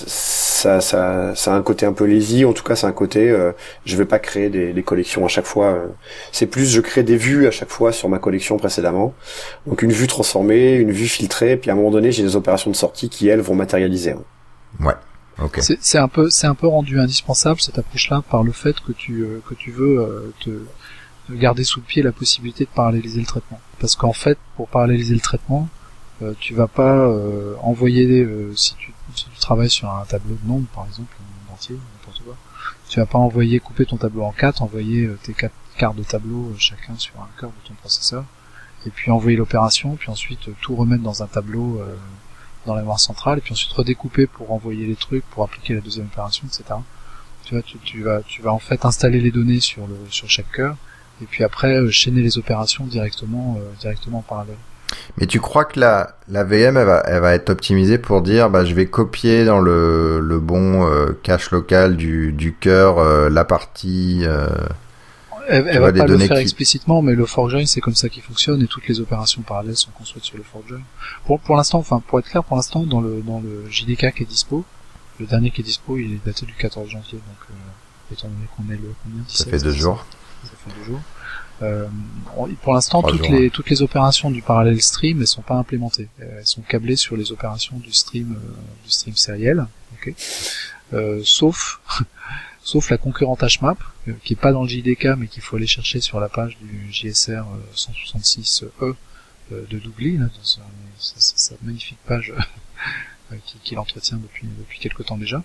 Ça, ça, ça a un côté un peu lazy. En tout cas, c'est un côté. Euh, je vais pas créer des, des collections à chaque fois. Euh, c'est plus, je crée des vues à chaque fois sur ma collection précédemment. Donc une vue transformée, une vue filtrée. Puis à un moment donné, j'ai des opérations de sortie qui elles vont matérialiser. Hein. Ouais. Ok. C'est, c'est un peu, c'est un peu rendu indispensable cette approche-là par le fait que tu, euh, que tu veux euh, te, te garder sous le pied la possibilité de paralléliser le traitement. Parce qu'en fait, pour paralléliser le traitement, euh, tu vas pas euh, envoyer euh, si tu si tu travailles sur un tableau de nombres, par exemple, un entier, n'importe quoi, tu vas pas envoyer, couper ton tableau en quatre, envoyer euh, tes quatre quarts de tableau euh, chacun sur un cœur de ton processeur, et puis envoyer l'opération, puis ensuite euh, tout remettre dans un tableau euh, dans la mémoire centrale, et puis ensuite redécouper pour envoyer les trucs, pour appliquer la deuxième opération, et cetera. Tu vois, tu, tu vas, tu vas en fait installer les données sur le, sur chaque cœur, et puis après euh, chaîner les opérations directement, euh, directement en parallèle. Mais tu crois que la, la V M, elle va, elle va être optimisée pour dire, bah, je vais copier dans le, le bon euh, cache local du, du cœur euh, la partie... Euh, elle elle va pas le faire qui... explicitement, mais le forkjoin, c'est comme ça qu'il fonctionne, et toutes les opérations parallèles sont construites sur le forkjoin. Pour, pour l'instant, enfin, pour être clair, pour l'instant, dans le, dans le J D K qui est dispo, le dernier qui est dispo, il est daté du quatorze janvier, donc, euh, étant donné qu'on est le combien, dix-sept, ça fait deux jours. Ça fait deux jours. Euh, pour l'instant, toutes jours, les hein. toutes les opérations du parallèle stream, elles sont pas implémentées. Elles sont câblées sur les opérations du stream euh, du stream sériel, ok. Euh, sauf sauf la concurrente HMAP, euh, qui est pas dans le J D K, mais qu'il faut aller chercher sur la page du J S R euh, cent soixante-six E euh, de Dougly, là, dans sa, sa, sa, sa magnifique page euh, qui, qui l'entretient depuis depuis quelque temps déjà.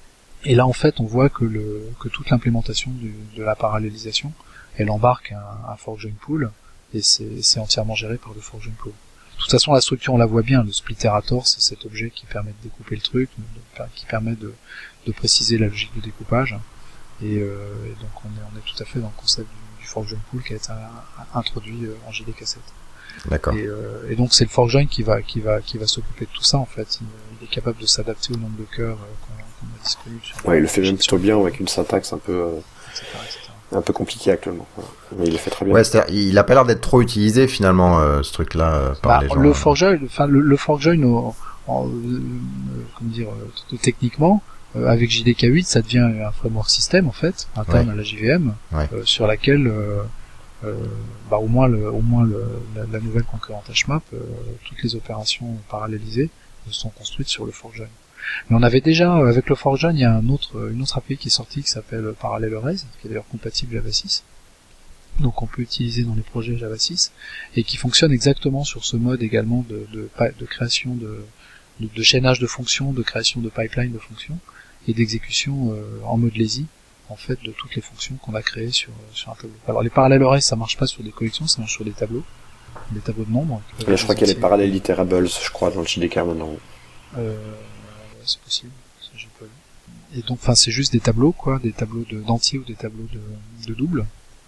Et là, en fait, on voit que le que toute l'implémentation du, de la parallélisation, elle embarque un, un forkjoin pool, et c'est, c'est entièrement géré par le forkjoin pool. De toute façon, la structure, on la voit bien, le splitterator, c'est cet objet qui permet de découper le truc, de, qui permet de, de préciser la logique de découpage, et, euh, et donc on est, on est tout à fait dans le concept du, du forkjoin pool qui a été introduit en J D K sept. D'accord. Et, euh, et donc c'est le forkjoin qui va, qui va, qui va s'occuper de tout ça, en fait. Il, il est capable de s'adapter au nombre de cœurs qu'on, qu'on a disponible. Sur ouais, il le fait même plutôt bien, avec une syntaxe un peu... Euh... et cetera, et cetera. Un peu compliqué actuellement, mais il le fait très bien. Ouais, c'est-à-dire, il a pas l'air d'être trop utilisé finalement euh, ce truc-là euh, par bah, les gens. Le forkjoin, enfin le, le forkjoin, en, en, euh, comment dire, euh, techniquement, euh, avec J D K huit, ça devient un framework système en fait, interne ouais. à la J V M, ouais. euh, sur laquelle, euh, euh, bah au moins, le, au moins le, la, la nouvelle concurrente HMAP, euh, toutes les opérations parallélisées sont construites sur le forkjoin. Mais on avait déjà, avec le forkjoin, il y a un autre, une autre A P I qui est sortie qui s'appelle Parallel-Erase, qui est d'ailleurs compatible Java six. Donc on peut utiliser dans les projets Java six, et qui fonctionne exactement sur ce mode également de, de, de création de, de, de chaînage de fonctions, de création de pipeline de fonctions, et d'exécution euh, en mode lazy, en fait, de toutes les fonctions qu'on a créées sur, sur un tableau. Alors les Parallel-Erase, ça marche pas sur des collections, ça marche sur des tableaux, des tableaux de nombres. Là, je crois qu'il y a les Parallel Iterables, je crois, dans le J D K maintenant. Euh, c'est possible, ça j'ai pas vu. Et donc, enfin, c'est juste des tableaux, quoi, des tableaux de, d'entiers ou des tableaux de, de double.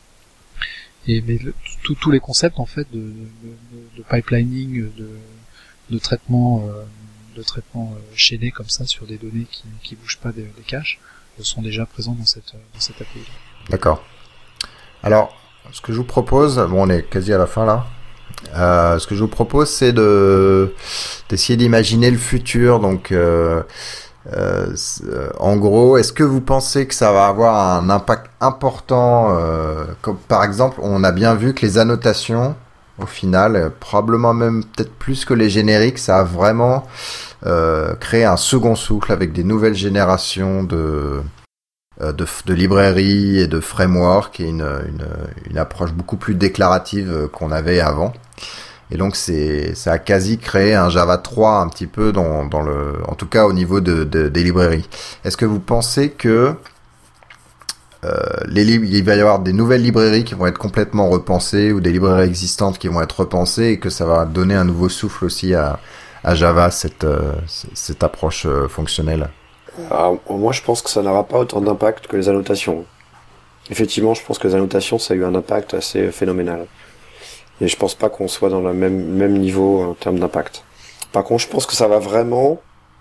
Et mais tous les concepts en fait de, de, de pipelining, de, de traitement, euh, de traitement euh, chaîné comme ça sur des données qui qui bougent pas des, des caches, euh, sont déjà présents dans cette dans cette A P I. D'accord. Alors, ce que je vous propose, bon, on est quasi à la fin là. Euh, ce que je vous propose, c'est de d'essayer d'imaginer le futur. Donc, euh, euh, en gros, est-ce que vous pensez que ça va avoir un impact important euh, comme par exemple, on a bien vu que les annotations, au final, euh, probablement même peut-être plus que les génériques, ça a vraiment euh, créé un second souffle avec des nouvelles générations de De, de librairies et de frameworks et une, une, une approche beaucoup plus déclarative qu'on avait avant. Et donc c'est ça a quasi créé un Java trois un petit peu dans dans le en tout cas au niveau de, de des librairies. Est-ce que vous pensez que euh, les li- il va y avoir des nouvelles librairies qui vont être complètement repensées ou des librairies existantes qui vont être repensées et que ça va donner un nouveau souffle aussi à à Java cette euh, cette approche euh, fonctionnelle? Alors, moi, je pense que ça n'aura pas autant d'impact que les annotations. Effectivement, je pense que les annotations, ça a eu un impact assez phénoménal. Et je pense pas qu'on soit dans le même, même niveau en termes d'impact. Par contre, je pense que ça va vraiment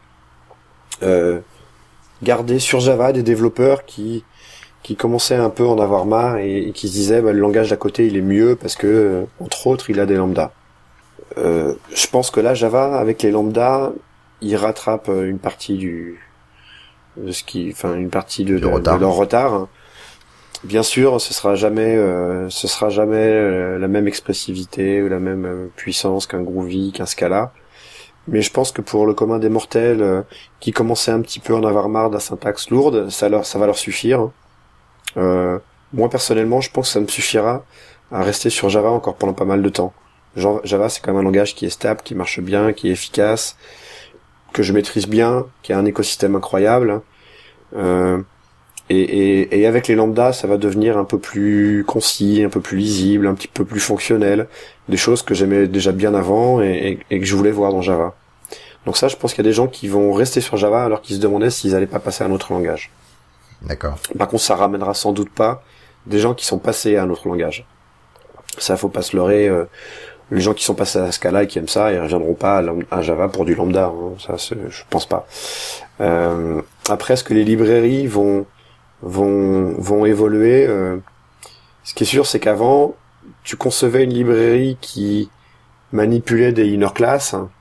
euh, garder sur Java des développeurs qui qui commençaient un peu à en avoir marre et, et qui se disaient bah, le langage d'à côté il est mieux parce que euh, entre autres il a des lambdas. Euh, je pense que là Java avec les lambdas il rattrape une partie du de ce qui, enfin une partie de, de, retard. de leur retard. Bien sûr, ce sera jamais, euh, ce sera jamais euh, la même expressivité ou la même euh, puissance qu'un Groovy, qu'un Scala. Mais je pense que pour le commun des mortels euh, qui commençaient un petit peu à en avoir marre de la syntaxe lourde, ça leur, ça va leur suffire. Euh, moi personnellement, je pense que ça me suffira à rester sur Java encore pendant pas mal de temps. Genre, Java, c'est quand même un langage qui est stable, qui marche bien, qui est efficace, que je maîtrise bien, qui a un écosystème incroyable. Euh, Et, et, et avec les lambdas, ça va devenir un peu plus concis, un peu plus lisible, un petit peu plus fonctionnel, des choses que j'aimais déjà bien avant et, et, et que je voulais voir dans Java. Donc ça, je pense qu'il y a des gens qui vont rester sur Java alors qu'ils se demandaient s'ils allaient pas passer à un autre langage. D'accord. Par contre, ça ramènera sans doute pas des gens qui sont passés à un autre langage. Ça, faut pas se leurrer. Euh, les gens qui sont passés à Scala et qui aiment ça, ils reviendront pas à, à Java pour du lambda. Hein. Ça, c'est, je pense pas. Euh, après, est-ce que les librairies vont vont vont évoluer euh, ce qui est sûr c'est qu'avant tu concevais une librairie qui manipulait des inner classes, hein,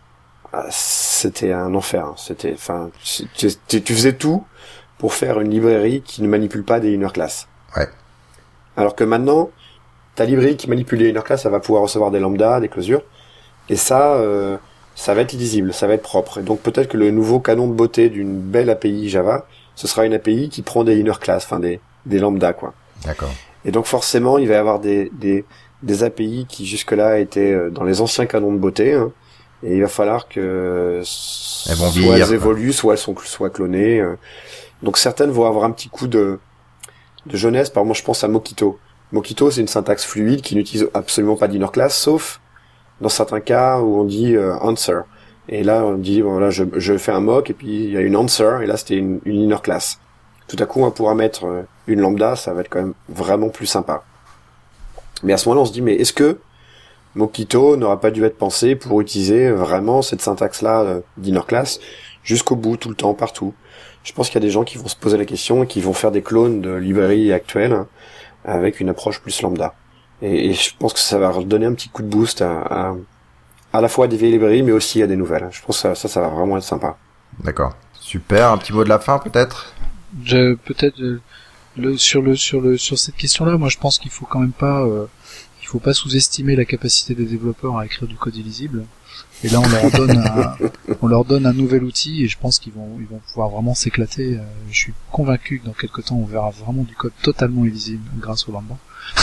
c'était un enfer, hein, c'était enfin tu, tu faisais tout pour faire une librairie qui ne manipule pas des inner classes. Ouais. Alors que maintenant ta librairie qui manipule les inner classes, elle va pouvoir recevoir des lambdas, des closures et ça euh, ça va être lisible, ça va être propre. Et donc peut-être que le nouveau canon de beauté d'une belle A P I Java, ce sera une A P I qui prend des inner classes, enfin des des lambdas quoi. D'accord. Et donc forcément, il va y avoir des des des A P I qui jusque-là étaient dans les anciens canons de beauté, hein, et il va falloir que elles vont soit vieillir, elles évoluent, soit elles sont soit clonées. Donc certaines vont avoir un petit coup de de jeunesse. Par exemple, je pense à Mockito. Mockito, c'est une syntaxe fluide qui n'utilise absolument pas d'inner class, sauf dans certains cas où on dit euh, answer. Et là, on dit, bon, là, je, je fais un mock, et puis il y a une answer, et là, c'était une, une inner class. Tout à coup, on pourra mettre une lambda, ça va être quand même vraiment plus sympa. Mais à ce moment-là, on se dit, mais est-ce que Mockito n'aura pas dû être pensé pour utiliser vraiment cette syntaxe-là euh, d'inner class jusqu'au bout, tout le temps, partout? Je pense qu'il y a des gens qui vont se poser la question et qui vont faire des clones de librairies actuelles hein, avec une approche plus lambda. Et, et je pense que ça va redonner un petit coup de boost à... à à la fois à des vieilles librairies, mais aussi à des nouvelles. Je pense que ça, ça, ça va vraiment être sympa. D'accord. Super. Un petit mot de la fin, peut-être? Je, peut-être, euh, le, sur le, sur le, sur cette question-là, moi, je pense qu'il faut quand même pas, euh, il faut pas sous-estimer la capacité des développeurs à écrire du code illisible. Et là, on leur donne un, on leur donne un nouvel outil, et je pense qu'ils vont, ils vont pouvoir vraiment s'éclater. Je suis convaincu que dans quelques temps, on verra vraiment du code totalement illisible grâce au lambda.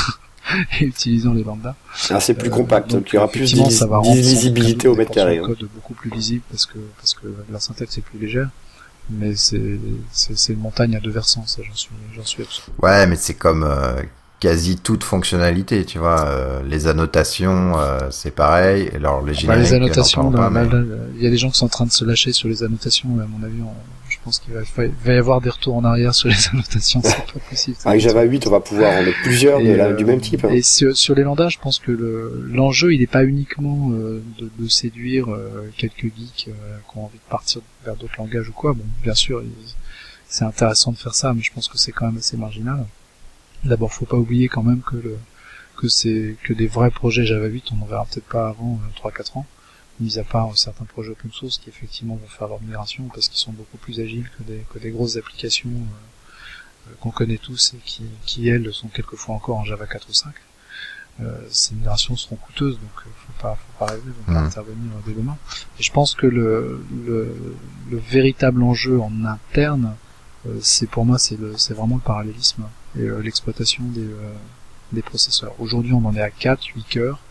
Et utilisant les lambdas. Ah, c'est plus euh, compact, donc il y aura plus d'illisibilité au mètre carré. Un code beaucoup plus lisible parce que parce que la syntaxe est plus légère, mais c'est c'est, c'est une montagne à deux versants, ça j'en suis j'en suis absolument. Ouais, mais c'est comme euh, quasi toute fonctionnalité, tu vois. Euh, les annotations, euh, c'est pareil. Alors les génériques, bah, les annotations, pas, là, mais... là, là, il y a des gens qui sont en train de se lâcher sur les annotations. À mon avis, on, je pense qu'il va, il va y avoir des retours en arrière sur les annotations. C'est pas possible. Avec Java huit, on va pouvoir en mettre plusieurs de la, euh, du même type. Hein. Et sur, sur les lambdas, je pense que le, l'enjeu, il n'est pas uniquement euh, de, de séduire euh, quelques geeks euh, qui ont envie de partir vers d'autres langages ou quoi. Bon, bien sûr, il, c'est intéressant de faire ça, mais je pense que c'est quand même assez marginal. D'abord, faut pas oublier quand même que le que c'est que des vrais projets Java huit, on en verra peut-être pas avant euh, trois quatre ans, mis à part euh, certains projets open source qui effectivement vont faire leur migration parce qu'ils sont beaucoup plus agiles que des que des grosses applications euh, euh, qu'on connaît tous et qui qui elles sont quelquefois encore en Java quatre ou cinq. Euh, ces migrations seront coûteuses, donc euh, faut pas faut pas rêver, vont pas mmh. intervenir dès demain. Et je pense que le le le véritable enjeu en interne, euh, c'est pour moi c'est le c'est vraiment le parallélisme et euh, l'exploitation des euh, des processeurs. Aujourd'hui, on en est à quatre, huit cœurs.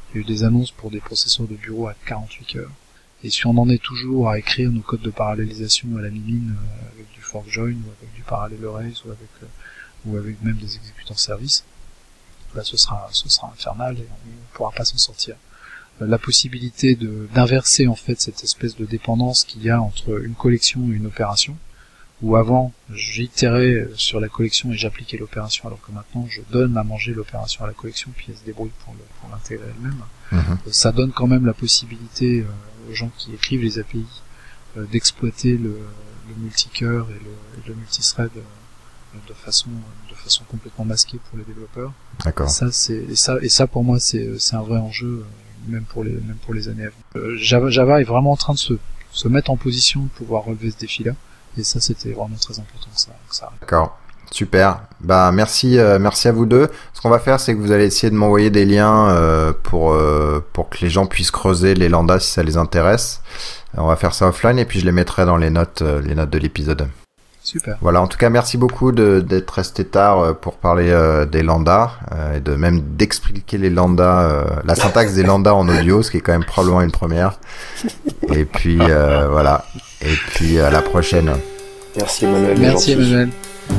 Il y a eu des annonces pour des processeurs de bureau à quarante-huit cœurs. Et si on en est toujours à écrire nos codes de parallélisation à la mimine euh, avec du fork join ou avec du parallel arrays ou avec euh, ou avec même des exécuteurs service, bah ce sera ce sera infernal et on ne pourra pas s'en sortir. Euh, la possibilité de d'inverser en fait cette espèce de dépendance qu'il y a entre une collection et une opération, où avant j'itérais sur la collection et j'appliquais l'opération, alors que maintenant je donne à manger l'opération à la collection puis elle se débrouille pour le, pour l'intégrer elle-même. Mmh. Ça donne quand même la possibilité euh, aux gens qui écrivent les A P I euh, d'exploiter le, le multicœur et le, et le multithread euh, de façon de façon complètement masquée pour les développeurs. D'accord. Et ça c'est et ça et ça pour moi c'est c'est un vrai enjeu euh, même pour les même pour les années à venir. Euh, Java Java est vraiment en train de se se mettre en position de pouvoir relever ce défi-là. Et ça, c'était vraiment très important que ça, que ça arrive. D'accord. Super. Bah, merci, euh, merci à vous deux. Ce qu'on va faire, c'est que vous allez essayer de m'envoyer des liens euh, pour euh, pour que les gens puissent creuser les lambdas si ça les intéresse. On va faire ça offline et puis je les mettrai dans les notes, euh, les notes de l'épisode. Super. Voilà. En tout cas, merci beaucoup de, d'être resté tard pour parler euh, des lambdas euh, et de même d'expliquer les lambdas, euh, la syntaxe des lambdas en audio, ce qui est quand même probablement une première. Et puis euh, voilà. Et puis à la prochaine. Merci Emmanuel. Merci Emmanuel.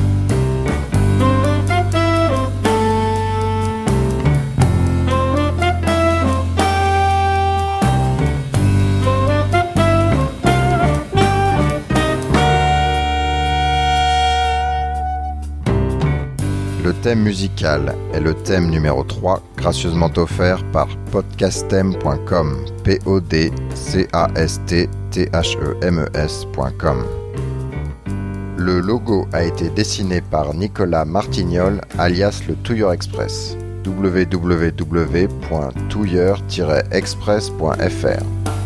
Le thème musical est le thème numéro trois, gracieusement offert par podcastem point com, P O D C A S T T H E M E S point com. Le logo a été dessiné par Nicolas Martignol, alias le Touilleur Express, w w w point touilleur tiret express point f r.